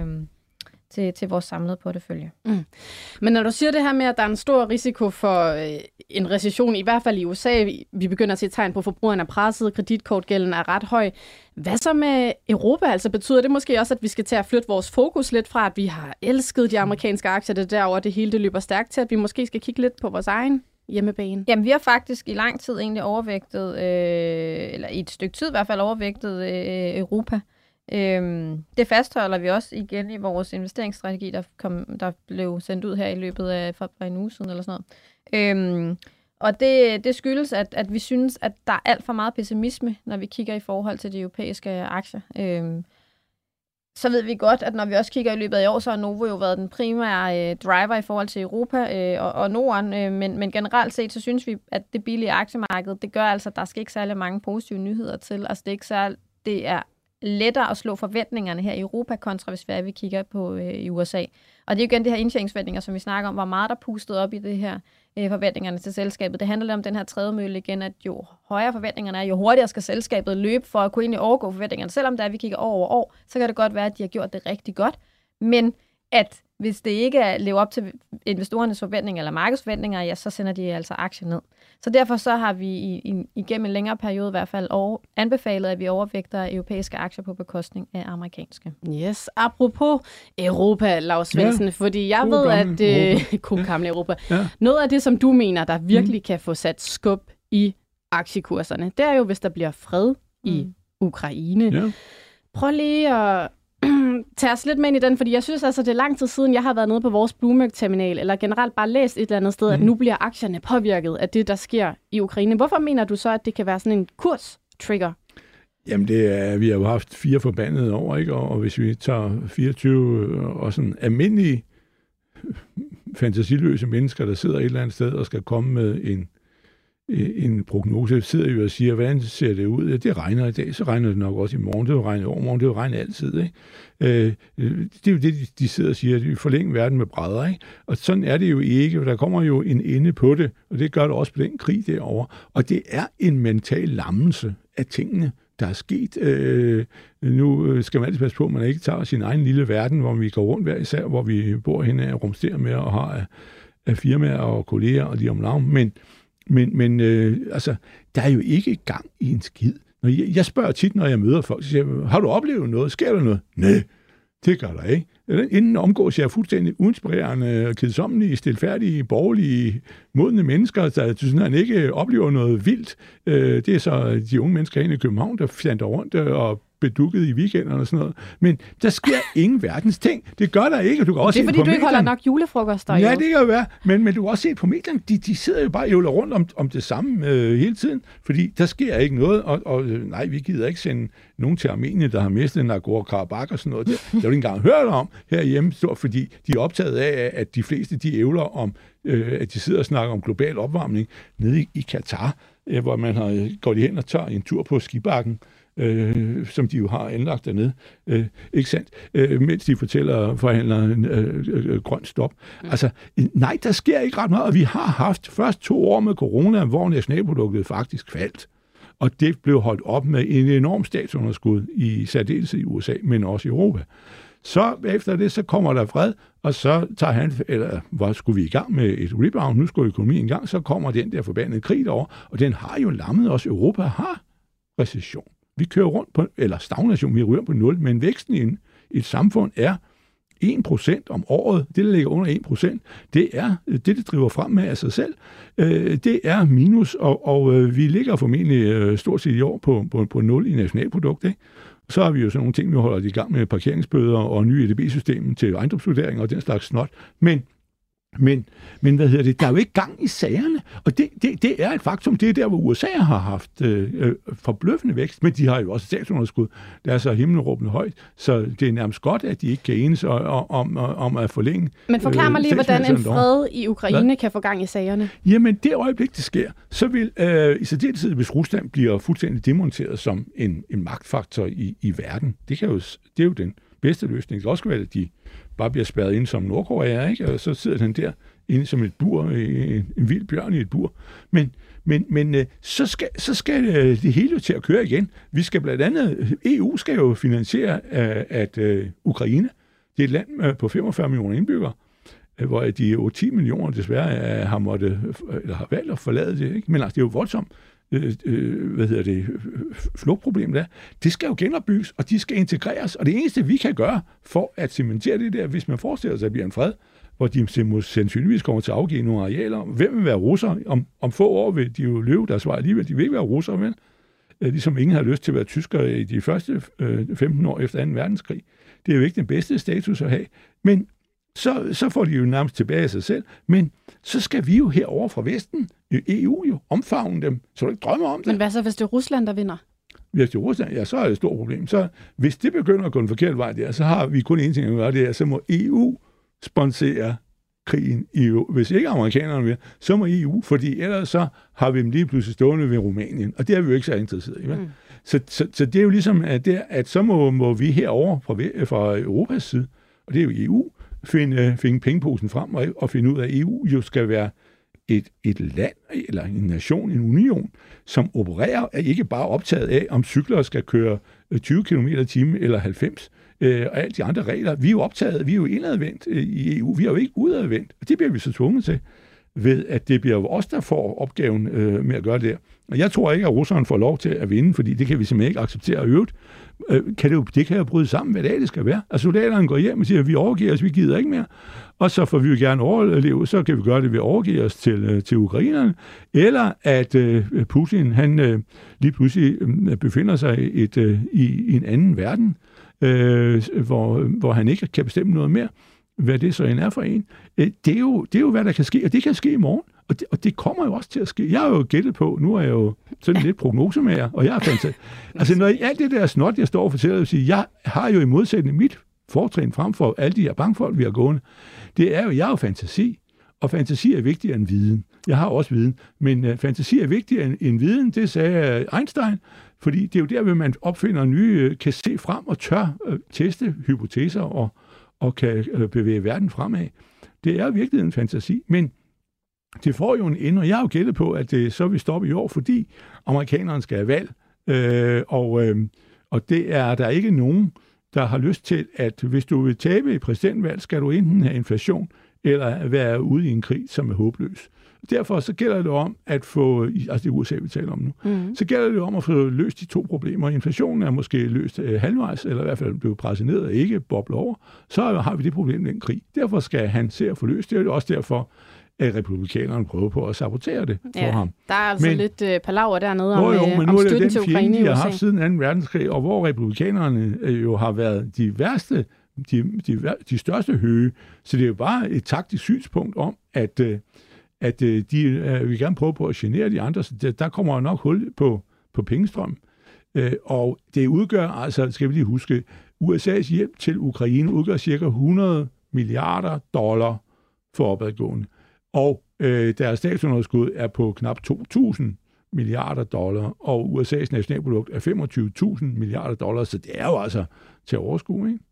til vores samlede portefølje. Men når du siger det her med, at der er en stor risiko for en recession, i hvert fald i USA, vi begynder at se tegn på, at forbrugerne er presset, kreditkortgælden er ret høj. Hvad så med Europa? Altså betyder det måske også, at vi skal til at flytte vores fokus lidt fra, at vi har elsket de amerikanske aktier, det derovre, det hele det løber stærkt, til at vi måske skal kigge lidt på vores egen hjemmebane? Jamen, vi har faktisk i lang tid egentlig overvægtet, eller i et stykke tid i hvert fald overvægtet Europa. Det fastholder vi også igen i vores investeringsstrategi, der blev sendt ud her i løbet af for en uge siden eller sådan noget. Og det skyldes, at vi synes, at der er alt for meget pessimisme, når vi kigger i forhold til de europæiske aktier. Så ved vi godt, at når vi også kigger i løbet af år, så har Novo jo været den primære driver i forhold til Europa og Norden. Men generelt set, så synes vi, at det billige aktiemarked, det gør altså, at der skal ikke særlig mange positive nyheder til. Altså det er lettere at slå forventningerne her i Europa, kontra hvis vi kigger på i USA. Og det er jo igen de her indtjeningsforventninger, som vi snakker om, hvor meget der pustet op i det her forventningerne til selskabet. Det handler lidt om den her trædemølle igen, at jo højere forventningerne er, jo hurtigere skal selskabet løbe for at kunne egentlig overgå forventningerne. Selvom der vi kigger over år, så kan det godt være, at de har gjort det rigtig godt. Men at hvis det ikke lever op til investorernes forventninger eller markedsforventninger, ja, så sender de altså aktier ned. Så derfor så har vi igennem en længere periode i hvert fald anbefalet, at vi overvægter europæiske aktier på bekostning af amerikanske. Yes, apropos Europa, Lars Svendsen, fordi jeg ved, at gamle Europa. Ja. Noget af det, som du mener, der virkelig kan få sat skub i aktiekurserne, det er jo, hvis der bliver fred i Ukraine. Ja. Prøv lige at tage os lidt med ind i den, fordi jeg synes altså, det er lang tid siden, jeg har været nede på vores Bloomberg-terminal, eller generelt bare læst et eller andet sted, at nu bliver aktierne påvirket af det, der sker i Ukraine. Hvorfor mener du så, at det kan være sådan en kurs-trigger? Jamen, vi har jo haft 4 forbandede år, ikke? Og hvis vi tager 24 og sådan almindelige fantasiløse mennesker, der sidder et eller andet sted og skal komme med en prognose, sidder jo og siger, hvordan ser det ud? Ja, det regner i dag, så regner det nok også i morgen, det vil regne i overmorgen, det vil regne altid. Ikke? Det er jo det, de sidder og siger, at vi forlænger verden med brædder. Ikke? Og sådan er det jo ikke, for der kommer jo en ende på det, og det gør det også på den krig derovre. Og det er en mental lammelse af tingene, der er sket. Nu skal man altid passe på, at man ikke tager sin egen lille verden, hvor vi går rundt hver især, hvor vi bor henne og rumsterer med og har af firmaer og kolleger og lige om lav. Men altså, der er jo ikke gang i en skid. Jeg spørger tit, når jeg møder folk, så siger jeg, har du oplevet noget? Sker der noget? Nej, det gør der ikke. Inden omgås jeg fuldstændig uinspirerende, kedsommelige, stilfærdige, borgerlige, modne mennesker, der sådan ikke oplever noget vildt. Det er så de unge mennesker inde i København, der fjanter rundt og bedukket i weekenderne og sådan noget. Men der sker ingen verdens ting. Det gør der ikke. Du kan også det er fordi, du ikke holder nok julefrokoster. Ja, det kan jo være. Men du kan også se på medierne, de sidder jo bare ævler rundt om det samme hele tiden. Fordi der sker ikke noget. Og nej, vi gider ikke sende nogen til Armenien, der har mistet Nagorno-Karabakh og sådan noget. Det har du ikke engang hørt om herhjemme, fordi de er optaget af, at de fleste de ævler om, at de sidder og snakker om global opvarmning nede i Katar, hvor man går hen og tager en tur på skibakken, som de jo har anlagt dernede, ikke sandt? Mens de forhandler grønt stop. Altså, nej, der sker ikke ret meget, og vi har haft først 2 år med corona, hvor nationalproduktet faktisk faldt. Og det blev holdt op med en enorm statsunderskud i særdeleshed i USA, men også i Europa. Så efter det, så kommer der fred, og så tager han, eller hvor skulle vi i gang med et rebound, nu skulle økonomien i gang, så kommer den der forbandede krig over, og den har jo lammet os. Europa har recession. Vi kører rundt på, eller stagnation, vi ryger på 0, men væksten i et samfund er 1% om året. Det, der ligger under 1%, det er det driver frem med af sig selv. Det er minus, og vi ligger formentlig stort set i år på 0 i nationalprodukt, ikke? Så har vi jo sådan nogle ting, vi holder i gang med parkeringsbøder og nye EDB-systemer til ejendomsvurderinger og den slags snot. Men Men hvad hedder det? Der er jo ikke gang i sagerne, og det er et faktum. Det er der, hvor USA har haft forbløffende vækst, men de har jo også statsunderskud. Der er så himmelråbende højt, så det er nærmest godt, at de ikke kan enes om at forlænge. Men forklar mig lige, hvordan en fred i Ukraine kan få gang i sagerne. Jamen, det øjeblik, det sker, så vil i særdeleshed, hvis Rusland bliver fuldstændig demonteret som en magtfaktor i verden, det er jo den bedste løsning. Det kan også være, at de bare bliver spærret ind som Nordkorea, ikke? Og så sidder den der inde som et bur, en vild bjørn i et bur. Men så skal det hele jo til at køre igen. Vi skal blandt andet, EU skal jo finansiere, at Ukraine, det er et land på 45 millioner indbyggere, hvor de jo 10 millioner desværre har valgt at forlade det, ikke? Men altså, det er jo voldsomt. Flugtproblem der, det skal jo genopbygges, og de skal integreres, og det eneste, vi kan gøre for at cementere det der, hvis man forestiller sig, at det bliver en fred, hvor de sandsynligvis kommer til at afgive nogle arealer. Hvem vil være russer? Om få år vil de jo løbe deres vej alligevel. De vil ikke være russer, vel? Ligesom ingen har lyst til at være tyskere i de første 15 år efter 2. verdenskrig. Det er jo ikke den bedste status at have. Men så får de jo nærmest tilbage af sig selv. Men så skal vi jo herover fra Vesten, EU jo, omfavne dem, så du ikke drømmer om det. Men hvad så, hvis det er Rusland, der vinder? Hvis det er Rusland, ja, så er det et stort problem. Så hvis det begynder at gå en forkert vej der, så har vi kun én ting at gøre, det er, så må EU sponsere krigen i EU. Hvis ikke amerikanerne vil, så må EU, fordi ellers så har vi dem lige pludselig stående ved Rumænien, og det er vi jo ikke så interesseret i. Så det er jo ligesom, at så må vi herover fra Europas side, og det er jo EU, finde pengeposen frem og finde ud af, at EU jo skal være et land, eller en nation, en union, som opererer, er ikke bare optaget af, om cykler skal køre 20 km i timen eller 90, og alle de andre regler. Vi er jo optaget, vi er jo indadvendt i EU, vi er jo ikke udadvendt, og det bliver vi så tvunget til, ved at det bliver jo os, der får opgaven med at gøre det. Og jeg tror ikke, at russerne får lov til at vinde, fordi det kan vi simpelthen ikke acceptere. Og øvrigt, det kan jo bryde sammen, hvad det skal være. Altså soldaterne går hjem og siger, at vi overgiver os, vi gider ikke mere. Og så får vi jo gerne overleve, så kan vi gøre det ved at overgive os til ukrainerne. Eller at Putin, han lige pludselig befinder sig i en anden verden, hvor han ikke kan bestemme noget mere, hvad det så end er for en. Det er jo, hvad der kan ske, og det kan ske i morgen. Og det kommer jo også til at ske. Jeg har jo gættet på, nu er jeg jo sådan lidt prognosemager, og jeg er fantastisk. Altså, når alt det der snot, jeg står og fortæller, vil sige, jeg har jo i modsætning mit fortrin frem for alle de her bankfolk, vi har gående, det er jo, jeg har jo fantasi, og fantasi er vigtigere end viden. Jeg har også viden, men fantasi er vigtigere end viden, det sagde Einstein, fordi det er jo der, hvor man opfinder nye, kan se frem og tør teste hypoteser og kan bevæge verden fremad. Det er virkelig en fantasi, men det får jo en ende, og jeg har jo gættet på, at det så vil stoppe i år, fordi amerikanerne skal have valg, og det er der ikke nogen, der har lyst til, at hvis du vil tabe et præsidentvalg, skal du enten have inflation, eller være ude i en krig, som er håbløs. Derfor så gælder det om at få, altså det er USA, vi taler om nu, så gælder det om at få løst de to problemer. Inflationen er måske løst halvvejs, eller i hvert fald blevet presset ned og ikke bobler over. Så har vi det problem med den krig. Derfor skal han se at få løst det, og det er også derfor, at republikanerne prøver på at sabotere det for ham. Der er altså lidt palaver dernede om støtten til Ukraine i USA. De har haft siden 2. verdenskrig, og hvor republikanerne jo har været de værste, de største høge. Så det er jo bare et taktisk synspunkt om, at de vil gerne prøve på at genere de andre. Så der kommer nok hul på pengestrøm. Og det udgør, altså skal vi lige huske, USA's hjælp til Ukraine udgør cirka $100 milliarder for opadgående. Og deres statsunderskud er på knap $2.000 milliarder, og USA's nationalprodukt er $25.000 milliarder, så det er jo altså til overskue, ikke?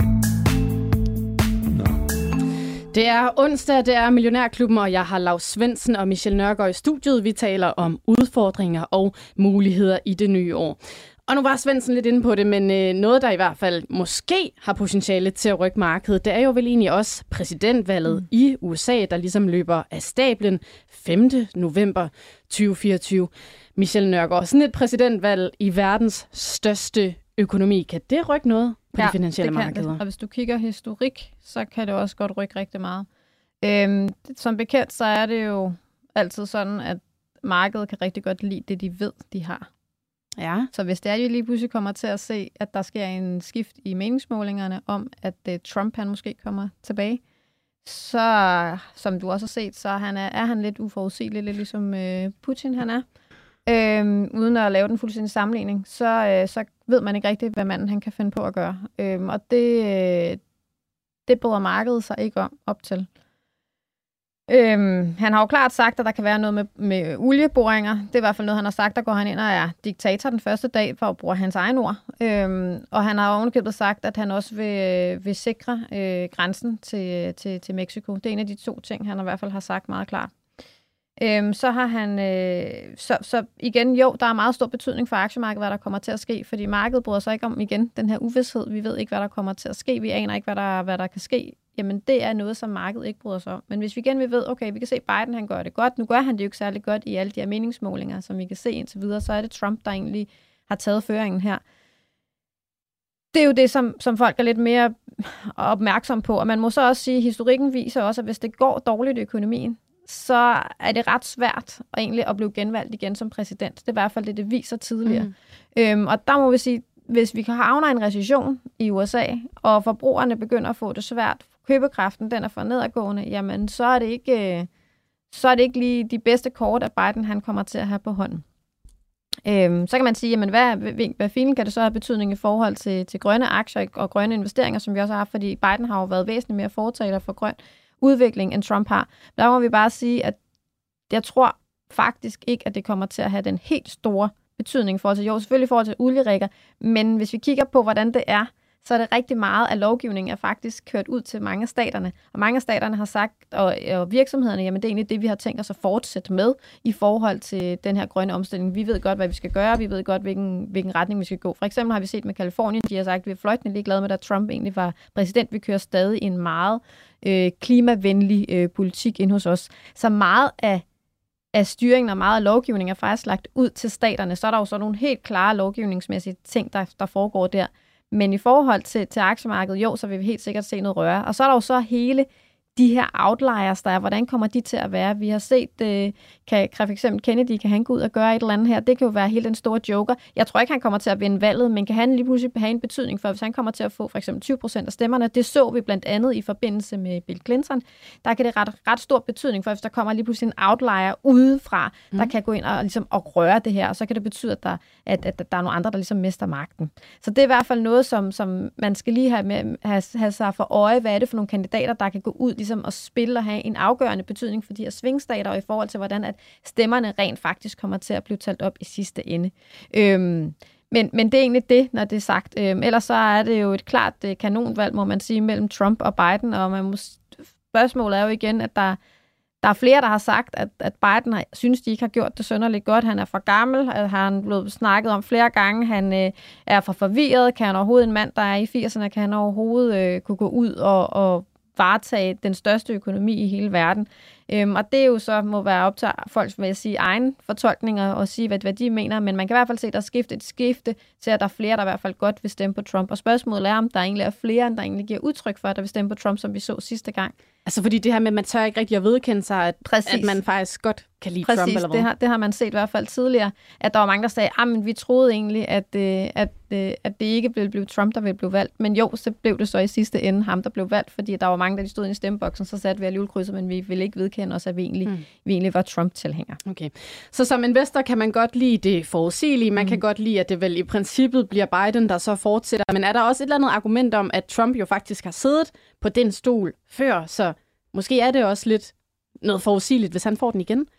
Det er onsdag, det er Millionærklubben, og jeg har Lav Svendsen og Michelle Nørgaard i studiet. Vi taler om udfordringer og muligheder i det nye år. Og nu var Svendsen lidt inde på det, men noget, der i hvert fald måske har potentiale til at rykke markedet, det er jo vel egentlig også præsidentvalget i USA, der ligesom løber af stablen 5. november 2024. Michelle Nørgaard, sådan et præsidentvalg i verdens største økonomi, kan det rykke noget på de finansielle markeder? Og hvis du kigger historik, så kan det også godt rykke rigtig meget. Som bekendt, så er det jo altid sådan, at markedet kan rigtig godt lide det, de ved, de har. Ja. Så hvis det er, de lige pludselig kommer til at se, at der sker en skift i meningsmålingerne om, at Trump han måske kommer tilbage, så, som du også har set, så er han lidt uforudsigelig, lidt ligesom Putin han er. Uden at lave den fuldstændig sammenligning, så ved man ikke rigtigt, hvad manden han kan finde på at gøre. Og det bryder markedet sig ikke op til. Han har jo klart sagt, at der kan være noget med olieboringer. Det er i hvert fald noget, han har sagt, der går han ind og er diktator den første dag, for at bruge hans egen ord. Og han har ovenikøbet sagt, at han også vil sikre grænsen til Mexico. Det er en af de 2 ting, han i hvert fald har sagt meget klart. Så har han... Så igen, jo, der er meget stor betydning for aktiemarkedet, hvad der kommer til at ske, fordi markedet bryder sig ikke om igen den her uvished. Vi ved ikke, hvad der kommer til at ske. Vi aner ikke, hvad der kan ske. Jamen, det er noget, som markedet ikke bryder sig om. Men hvis vi igen ved, okay, vi kan se, at Biden han gør det godt. Nu gør han det jo ikke særlig godt i alle de her meningsmålinger, som vi kan se indtil videre. Så er det Trump, der egentlig har taget føringen her. Det er jo det, som folk er lidt mere opmærksom på. Og man må så også sige, at historikken viser også, at hvis det går dårligt i økonomien, så er det ret svært egentlig at blive genvalgt igen som præsident. Det er i hvert fald det viser tidligere. Og der må vi sige, hvis vi havner i en recession i USA, og forbrugerne begynder at få det svært, købekraften den er for nedadgående, jamen så er det ikke lige de bedste kort, at Biden han kommer til at have på hånden. Så kan man sige, jamen hvad filen kan det så have betydning i forhold til grønne aktier og grønne investeringer, som vi også har haft, fordi Biden har jo været væsentligt mere fortaler for grøn udvikling, end Trump har. Der må vi bare sige, at jeg tror faktisk ikke, at det kommer til at have den helt store betydning i forhold til, jo, selvfølgelig i forhold til olierækker, men hvis vi kigger på, hvordan det er, så er det rigtig meget af lovgivningen er faktisk kørt ud til mange af staterne. Og mange af staterne har sagt, og virksomhederne, jamen det er egentlig det, vi har tænkt os at fortsætte med i forhold til den her grønne omstilling. Vi ved godt, hvad vi skal gøre, vi ved godt, hvilken retning vi skal gå. For eksempel har vi set med Californien, de har sagt, at vi er fløjtende ligeglade med, at Trump egentlig var præsident. Vi kører stadig en meget klimavenlig politik ind hos os. Så meget af styringen og meget af lovgivningen er faktisk lagt ud til staterne. Så er der jo så nogle helt klare lovgivningsmæssige ting, der foregår der. Men i forhold til aktiemarkedet, jo, så vil vi helt sikkert se noget røre. Og så er der jo så hele de her outliers, der er, hvordan kommer de til at være? Vi har set, kan for eksempel Kennedy, kan han gå ud og gøre et eller andet her? Det kan jo være helt den store joker. Jeg tror ikke, han kommer til at vinde valget, men kan han lige pludselig have en betydning for, hvis han kommer til at få for eksempel 20% af stemmerne? Det så vi blandt andet i forbindelse med Bill Clinton. Der kan det ret stor betydning for, hvis der kommer lige pludselig en outlier udefra, der kan gå ind og, ligesom, og røre det her, og så kan det betyde, at der er nogle andre, der ligesom mister magten. Så det er i hvert fald noget, som man skal lige have sig for øje, hvad er det for nogle kandidater, der kan gå ud ligesom og spille og have en afgørende betydning for de her svingstater, og i forhold til, hvordan at stemmerne rent faktisk kommer til at blive talt op i sidste ende. Men det er egentlig det, når det er sagt. Ellers så er det jo et klart kanonvalg, må man sige, mellem Trump og Biden, og spørgsmålet er jo igen, at der er flere, der har sagt, at Biden synes, de ikke har gjort det synderligt godt. Han er for gammel, har han blevet snakket om flere gange. Han er for forvirret. Kan han overhovedet, en mand, der er i 80'erne, kan han overhovedet kunne gå ud og varetage den største økonomi i hele verden. Og det jo så må være op til folks, vil jeg sige, egen fortolkninger og sige, hvad de mener. Men man kan i hvert fald se, at der er et skifte til, at der er flere, der i hvert fald godt vil stemme på Trump. Og spørgsmålet er, om der egentlig er flere, end der egentlig giver udtryk for, at der vil stemme på Trump, som vi så sidste gang. Altså fordi det her med, at man tør ikke rigtig at vedkende sig, at man faktisk godt kan lide Trump, eller hvad? Det har man set i hvert fald tidligere, at der var mange, der sagde, men vi troede egentlig, at det ikke ville blive Trump, der ville blive valgt. Men jo, så blev det så i sidste ende ham, der blev valgt, fordi der var mange, der stod i stemmeboksen, så satte vi alligevel krydset, men vi ville ikke vedkende os, at vi egentlig var Trump-tilhænger. Okay. Så som investor kan man godt lide det forudsigelige, man kan godt lide, at det vel i princippet bliver Biden, der så fortsætter, men er der også et eller andet argument om, at Trump jo faktisk har siddet på den stol før, så måske er det også lidt noget forudsigeligt, hvis han får den igen?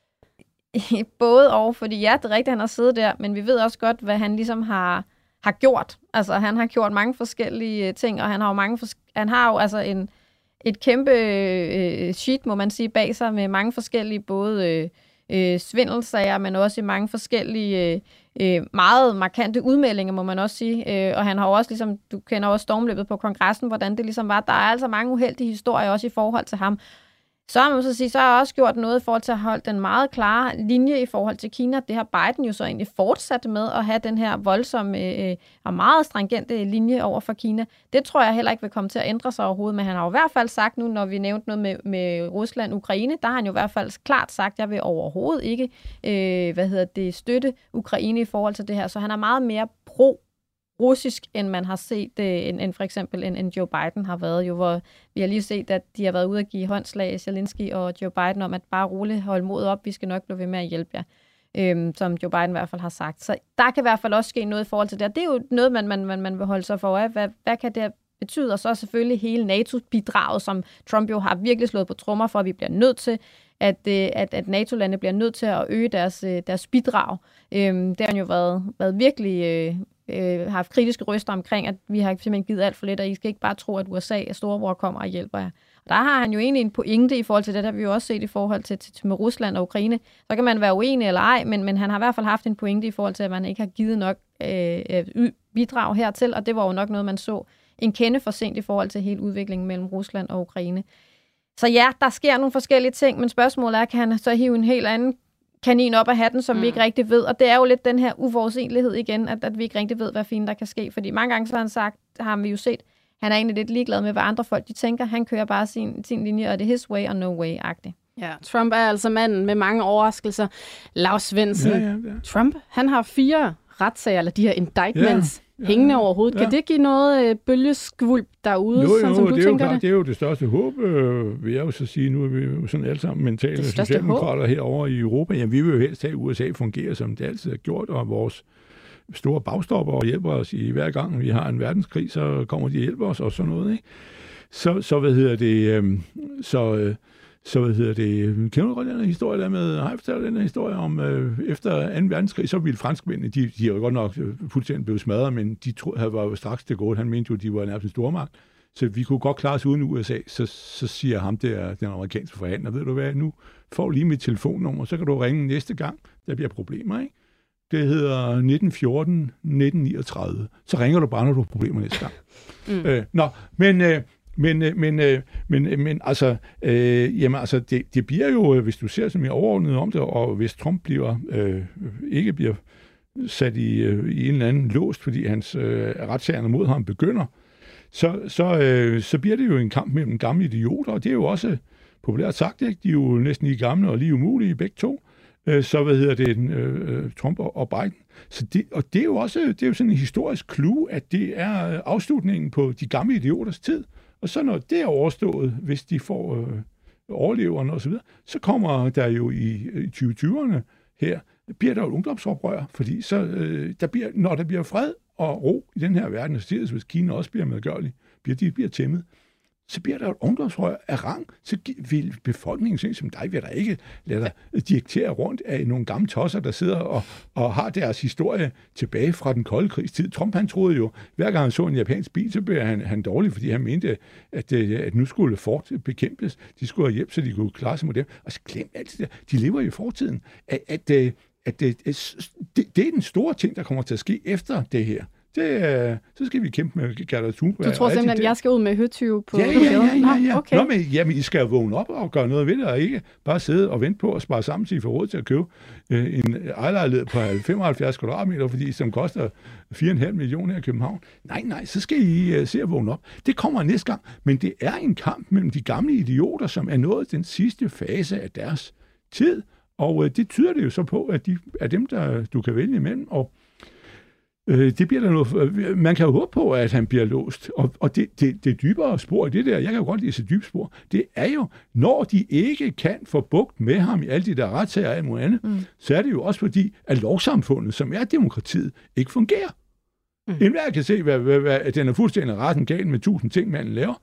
Både og, fordi ja, det er rigtigt, han har siddet der, men vi ved også godt, hvad han ligesom har gjort. Altså, han har gjort mange forskellige ting, og han har jo altså et kæmpe sheet, må man sige, bag sig med mange forskellige både svindelsager, men også i mange forskellige meget markante udmeldinger, må man også sige. Og han har også, ligesom, du kender også stormløbet på kongressen, hvordan det ligesom var. Der er altså mange uheldige historier også i forhold til ham. Så har man så sige, så har jeg også gjort noget i forhold til at holde den meget klare linje i forhold til Kina. Det har Biden jo så egentlig fortsat med at have den her voldsomme og meget stringente linje over for Kina. Det tror jeg heller ikke vil komme til at ændre sig overhovedet, men han har jo i hvert fald sagt nu, når vi nævnte noget med Rusland og Ukraine, der har han jo i hvert fald klart sagt, at jeg vil overhovedet ikke støtte Ukraine i forhold til det her. Så han er meget mere pro russisk, end man har set, end for eksempel en Joe Biden har været, jo, hvor vi har lige set, at de har været ude at give håndslag, Zelensky og Joe Biden, om at bare roligt holde modet op, vi skal nok blive ved med at hjælpe jer, som Joe Biden i hvert fald har sagt. Så der kan i hvert fald også ske noget i forhold til det. Det er jo noget, man vil holde sig for øje. Hvad kan det betyde? Og så selvfølgelig hele NATO-bidraget, som Trump jo har virkelig slået på trommer for, at vi bliver nødt til, at NATO-lande bliver nødt til at øge deres bidrag. Det har jo været virkelig haft kritiske røster omkring, at vi har simpelthen givet alt for lidt, og I skal ikke bare tro, at USA og storebror kommer og hjælper jer. Og der har han jo egentlig en pointe i forhold til det, der vi jo også set i forhold til med Rusland og Ukraine. Så kan man være uenig eller ej, men han har i hvert fald haft en pointe i forhold til, at man ikke har givet nok bidrag hertil, og det var jo nok noget, man så en kende for sent i forhold til hele udviklingen mellem Rusland og Ukraine. Så ja, der sker nogle forskellige ting, men spørgsmålet er, kan han så hive en helt anden kanin op af hatten, som vi ikke rigtig ved. Og det er jo lidt den her uforudsigelighed igen, at vi ikke rigtig ved, hvad fint der kan ske. Fordi mange gange så har han sagt, har vi jo set, han er egentlig lidt ligeglad med, hvad andre folk de tænker. Han kører bare sin linje, og det er his way og no way-agtigt. Ja, Trump er altså manden med mange overraskelser. Lars Svendsen. Ja. Trump, han har 4 retssager, eller de her indictments, hængende over hovedet. Kan det give noget bølgeskvulp derude, jo, sådan som du tænker det? Det er jo det største håb, vil jeg jo så sige. Nu er vi jo sådan alle sammen mentale socialdemokrater herovre i Europa. Jamen, vi vil jo helst have, at USA fungerer, som det altid har gjort, og vores store bagstopper og hjælper os i hver gang, vi har en verdenskrig, så kommer de og hjælper os og sådan noget, ikke? Så hvad hedder det, kender du godt den her historie der med, har jeg fortalt den her historie om, efter 2. verdenskrig, så ville franskmændene, de er jo godt nok fuldstændig blevet smadret, men de var jo straks det gode. Han mente jo, de var nærmest en stormagt, så vi kunne godt klare os uden USA. Så siger ham, det er den amerikanske forhandler, ved du hvad, nu får lige mit telefonnummer, så kan du ringe næste gang, der bliver problemer, ikke? Det hedder 1914, 1939. Så ringer du bare, når du har problemer næste gang. Men altså, det bliver jo, hvis du ser som jeg overordnet om det, og hvis Trump ikke bliver sat i en eller anden låst, fordi hans retssagerne mod ham begynder, så bliver det jo en kamp mellem gamle idioter, og det er jo også populært sagt, ikke? De er jo næsten lige gamle og lige umulige begge to. Trump og Biden. Så det er jo også sådan en historisk clue, at det er afslutningen på de gamle idioters tid. Og så når det er overstået, hvis de får overleverne osv., så kommer der jo i 2020'erne her, bliver der jo et ungdomsoprør, fordi så når der bliver fred og ro i den her verden, og hvis Kina også bliver medgørlig, bliver tæmmet, så bliver der et ungdomsrør af rang, så vil befolkningen som dig vil der ikke lade dig direktere rundt af nogle gamle tosser, der sidder og har deres historie tilbage fra den kolde krigstid. Trump, han troede jo, hver gang han så en japansk bil, så blev han dårlig, fordi han mente, at nu skulle Ford bekæmpes. De skulle have hjælp, så de kunne klare sig mod dem. Og så glem alt det der. De lever i fortiden. Det er den store ting, der kommer til at ske efter det her. Så skal vi kæmpe med Gerda Thunberg. Du tror simpelthen, at jeg skal ud med høtyve på Ja. Okay. Nå, men I skal vågne op og gøre noget ved det, og ikke bare sidde og vente på at spare sammen til råd til at købe en ejerlejlighed på 75 kvadratmeter, fordi som koster 4,5 millioner her i København. Nej, så skal I se at vågne op. Det kommer næste gang, men det er en kamp mellem de gamle idioter, som er nået den sidste fase af deres tid, og det tyder det jo så på, at de er dem, der du kan vælge imellem, og det bliver der noget. Man kan jo håbe på, at han bliver låst. Og det dybere spor i det der, jeg kan jo godt lide så dybt spor, det er jo, når de ikke kan få bugt med ham i alle de der retssager og alt muligt andet, så er det jo også fordi, at lovsamfundet, som er demokratiet, ikke fungerer. Enhver kan se, hvad den er fuldstændig retten galt med 1000 ting, man laver.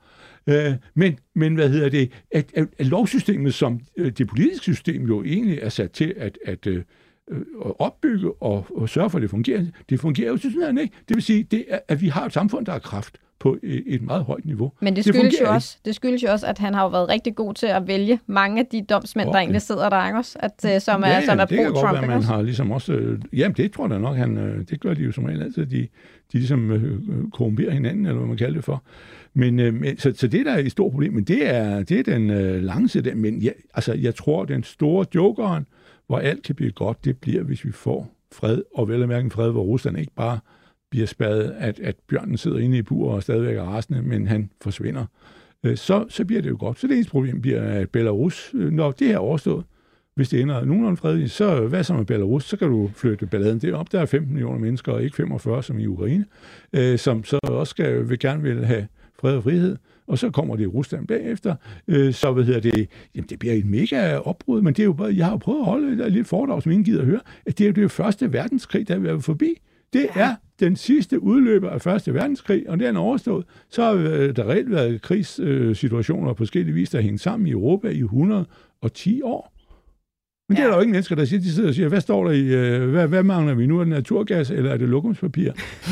Men at lovsystemet, som det politiske system jo egentlig er sat til at opbygge og sørge for, at det fungerer jo sådan, ikke? Det vil sige, at vi har et samfund, der har kraft på et meget højt niveau. Men det skyldes jo også, at han har jo været rigtig god til at vælge mange af de domsmænd, der egentlig sidder der, også, som er pro-Trump. Det kan godt være, man har ligesom også... Jamen, det tror jeg nok, det gør de jo som regel altid, de ligesom korrumperer hinanden, eller hvad man kalder det for. Så det der er et stort problem, men det er den lange side. Men jeg tror, den store jokeren, hvor alt kan blive godt, det bliver, hvis vi får fred, og vel at mærke en fred, hvor Rusland ikke bare bliver spadet, at bjørnen sidder inde i bur og stadigvæk er rasende, men han forsvinder. Så bliver det jo godt. Så det eneste problem bliver, at Belarus, når det her er overstået, Hvis det ender nogenlunde fredeligt, så hvad så med Belarus? Så kan du flytte balladen derop. Der er 15 millioner mennesker, og ikke 45 som i Ukraine, som så også gerne vil have fred og frihed. Og så kommer det i Rusland bagefter. Jamen det bliver et mega opbrud, men det er jo bare, jeg har jo prøvet at holde et lille foredrag, som ingen gider at høre, at det er jo første verdenskrig, der er været forbi. Det er den sidste udløber af første verdenskrig, og det er overstået. Så har der reelt været krigssituationer på forskellige vis, der hængt sammen i Europa i 110 år. Men det er der jo ingen mennesker, der siger, de sidder og siger, hvad står der i, hvad mangler vi nu? Er det naturgas, eller er det lokumspapir?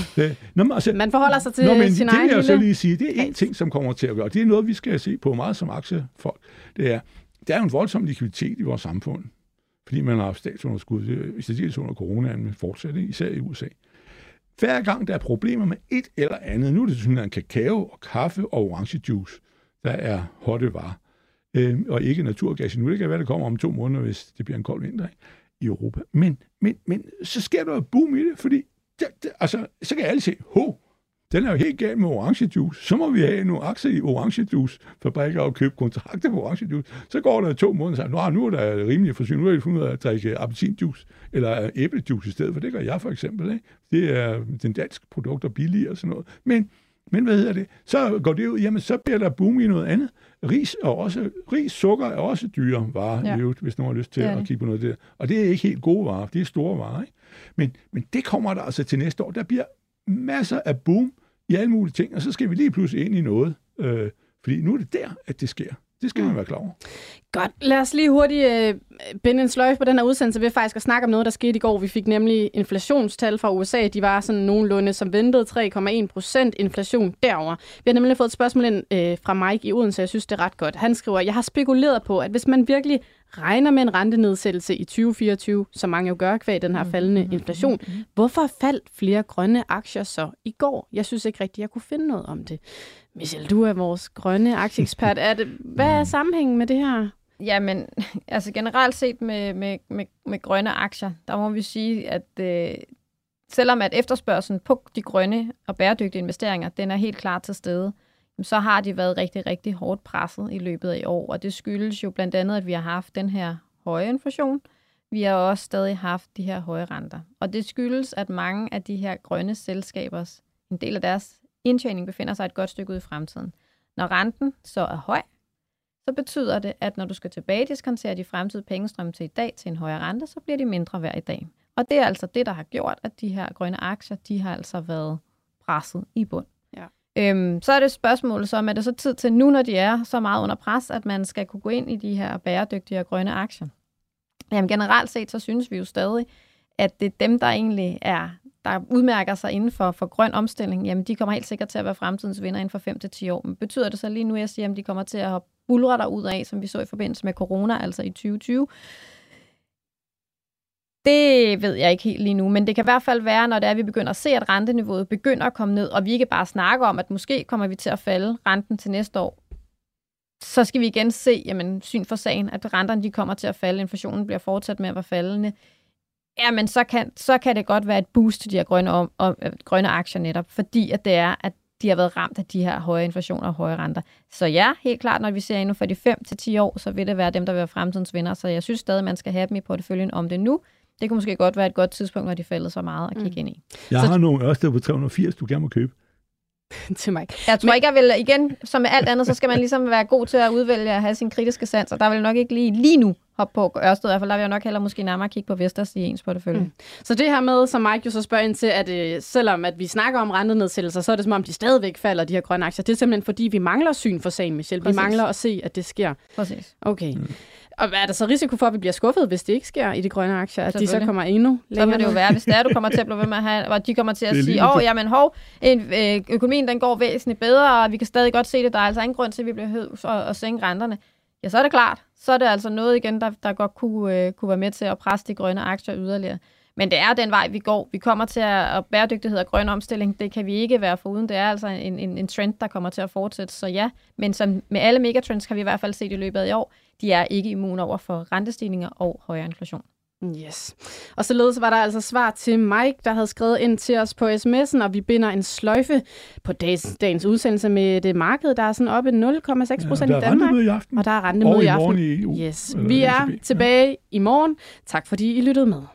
Man forholder sig til sin egen lille... Det vil jeg så lige sige, det er en ting, som kommer til at gøre. Det er noget, vi skal se på meget som aktiefolk. Der er jo en voldsom likviditet i vores samfund, fordi man har haft statsunderskud, især under coronaen, men fortsat, især i USA. Hver gang der er problemer med et eller andet, nu er det sådan en kakao og kaffe og orangejuice, der er hotte varer. Og ikke naturgas. Nu det kan være, det kommer om 2 måneder, hvis det bliver en kold vinter i Europa. Men så sker der et boom i det, fordi så kan alle se, den er jo helt galt med orangejuice. Så må vi have nogle aktier i orangejuice-fabrikker og købe kontrakter på orangejuice. Så går der 2 måneder, og så nu er der rimelig forsyning. Nu er det fundet ud af at drikke appelsinjuice eller æblejuice i stedet, for det gør jeg for eksempel. Ikke? Det er den danske produkt og billigere og sådan noget. Men hvad hedder det? Så går det ud, jamen så bliver der boom i noget andet. Ris, sukker er også dyre varer, hvis nogen har lyst til at kigge på noget der. Og det er ikke helt gode varer, det er store varer. Ikke? Men det kommer der altså til næste år. Der bliver masser af boom i alle mulige ting, og så skal vi lige pludselig ind i noget. Fordi nu er det der, at det sker. Det skal man være klar over. Godt. Lad os lige hurtigt binde en sløjfe på den her udsendelse ved faktisk at snakke om noget, der skete i går. Vi fik nemlig inflationstal fra USA. De var sådan nogenlunde som ventede 3,1% inflation derover. Vi har nemlig fået et spørgsmål ind fra Mike i Odense, jeg synes, det er ret godt. Han skriver, jeg har spekuleret på, at hvis man virkelig regner med en rentenedsættelse i 2024, som mange jo gør kvæg den her faldende inflation, hvorfor faldt flere grønne aktier så i går? Jeg synes ikke rigtigt, jeg kunne finde noget om det. Michelle, du er vores grønne aktieekspert. Hvad er sammenhængen med det her? Jamen, altså generelt set med grønne aktier, der må vi sige, at selvom at efterspørgselen på de grønne og bæredygtige investeringer, den er helt klar til stede, så har de været rigtig, rigtig hårdt presset i løbet af i år. Og det skyldes jo blandt andet, at vi har haft den her høje inflation. Vi har også stadig haft de her høje renter. Og det skyldes, at mange af de her grønne selskabers, en del af deres indtjening befinder sig et godt stykke ude i fremtiden. Når renten så er høj, så betyder det, at når du skal tilbage diskontere de fremtidige pengestrømme til i dag til en højere rente, så bliver de mindre værd i dag. Og det er altså det, der har gjort, at de her grønne aktier, de har altså været presset i bund. Ja. Så er det spørgsmålet så, er det så tid til nu, når de er så meget under pres, at man skal kunne gå ind i de her bæredygtige og grønne aktier? Jamen generelt set, så synes vi jo stadig, at det er dem, der egentlig der udmærker sig inden for grøn omstilling, jamen de kommer helt sikkert til at være fremtidens vinder inden for 5 til 10 år. Men betyder det så lige nu, jeg siger, at de kommer til at bulre der ud af, som vi så i forbindelse med corona, altså i 2020? Det ved jeg ikke helt lige nu, men det kan i hvert fald være, når det er, at vi begynder at se, at renteniveauet begynder at komme ned, og vi ikke bare snakker om, at måske kommer vi til at falde renten til næste år. Så skal vi igen se, jamen syn for sagen, at renterne de kommer til at falde, inflationen bliver fortsat med at være faldende. Jamen, så kan det godt være et boost til de her grønne aktier netop, fordi at det er, at de har været ramt af de her høje inflationer og høje renter. Så ja, helt klart, når vi ser inden for de 5 til 10 år, så vil det være dem, der vil være fremtidens vinder. Så jeg synes stadig, at man skal have dem i porteføljen om det nu. Det kunne måske godt være et godt tidspunkt, når de falder så meget at kigge ind i. Jeg har nogle Ørsted på 380, du gerne må købe. Til mig. Jeg tror ikke, jeg vil, igen, som med alt andet, så skal man ligesom være god til at udvælge at have sin kritiske sans, og der vil nok ikke lige nu hoppe på Ørsted, i hvert fald der vil jeg nok heller måske nærmere kigge på Vestas i ens portefølje. Så det her med, som Mike jo så spørger ind til, at selvom at vi snakker om rentenedsættelser, så er det som om, de stadigvæk falder, de her grønne aktier. Det er simpelthen fordi, vi mangler syn for sagen, Michelle. Vi mangler at se, at det sker. Præcis. Okay. Og er der så risiko for, at vi bliver skuffet, hvis det ikke sker i de grønne aktier? At de så kommer endnu længere? Så vil det jo være, hvis det er, du kommer til at blive ved med at have, og de kommer til at sige, økonomien den går væsentligt bedre, og vi kan stadig godt se det, der er altså ingen grund til, at vi bliver nødt at sænke renterne. Ja, så er det klart. Så er det altså noget igen, der godt kunne være med til at presse de grønne aktier yderligere. Men det er den vej, vi går. Vi kommer til at bæredygtighed og grøn omstilling, det kan vi ikke være foruden. Det er altså en trend, der kommer til at fortsætte. Så ja, men som med alle megatrends kan vi i hvert fald se det i løbet af i år. De er ikke immune over for rentestigninger og højere inflation. Yes. Og således var der altså svar til Mike, der havde skrevet ind til os på sms'en, og vi binder en sløjfe på dagens udsendelse med det marked, der er sådan oppe 0,6% i Danmark. I aften. Og der er rentemøde i aften. I EU. Yes. Vi er tilbage i morgen. Tak fordi I lyttede med.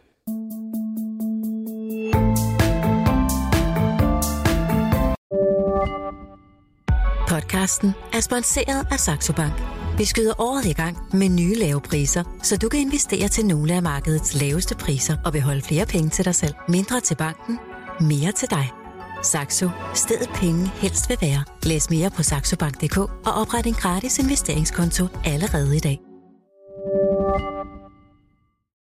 Podcasten er sponsoreret af Saxo Bank. Vi skyder året i gang med nye lave priser, så du kan investere til nogle af markedets laveste priser og beholde flere penge til dig selv. Mindre til banken, mere til dig. Saxo. Stedet penge helst vil være. Læs mere på saxobank.dk og opret en gratis investeringskonto allerede i dag.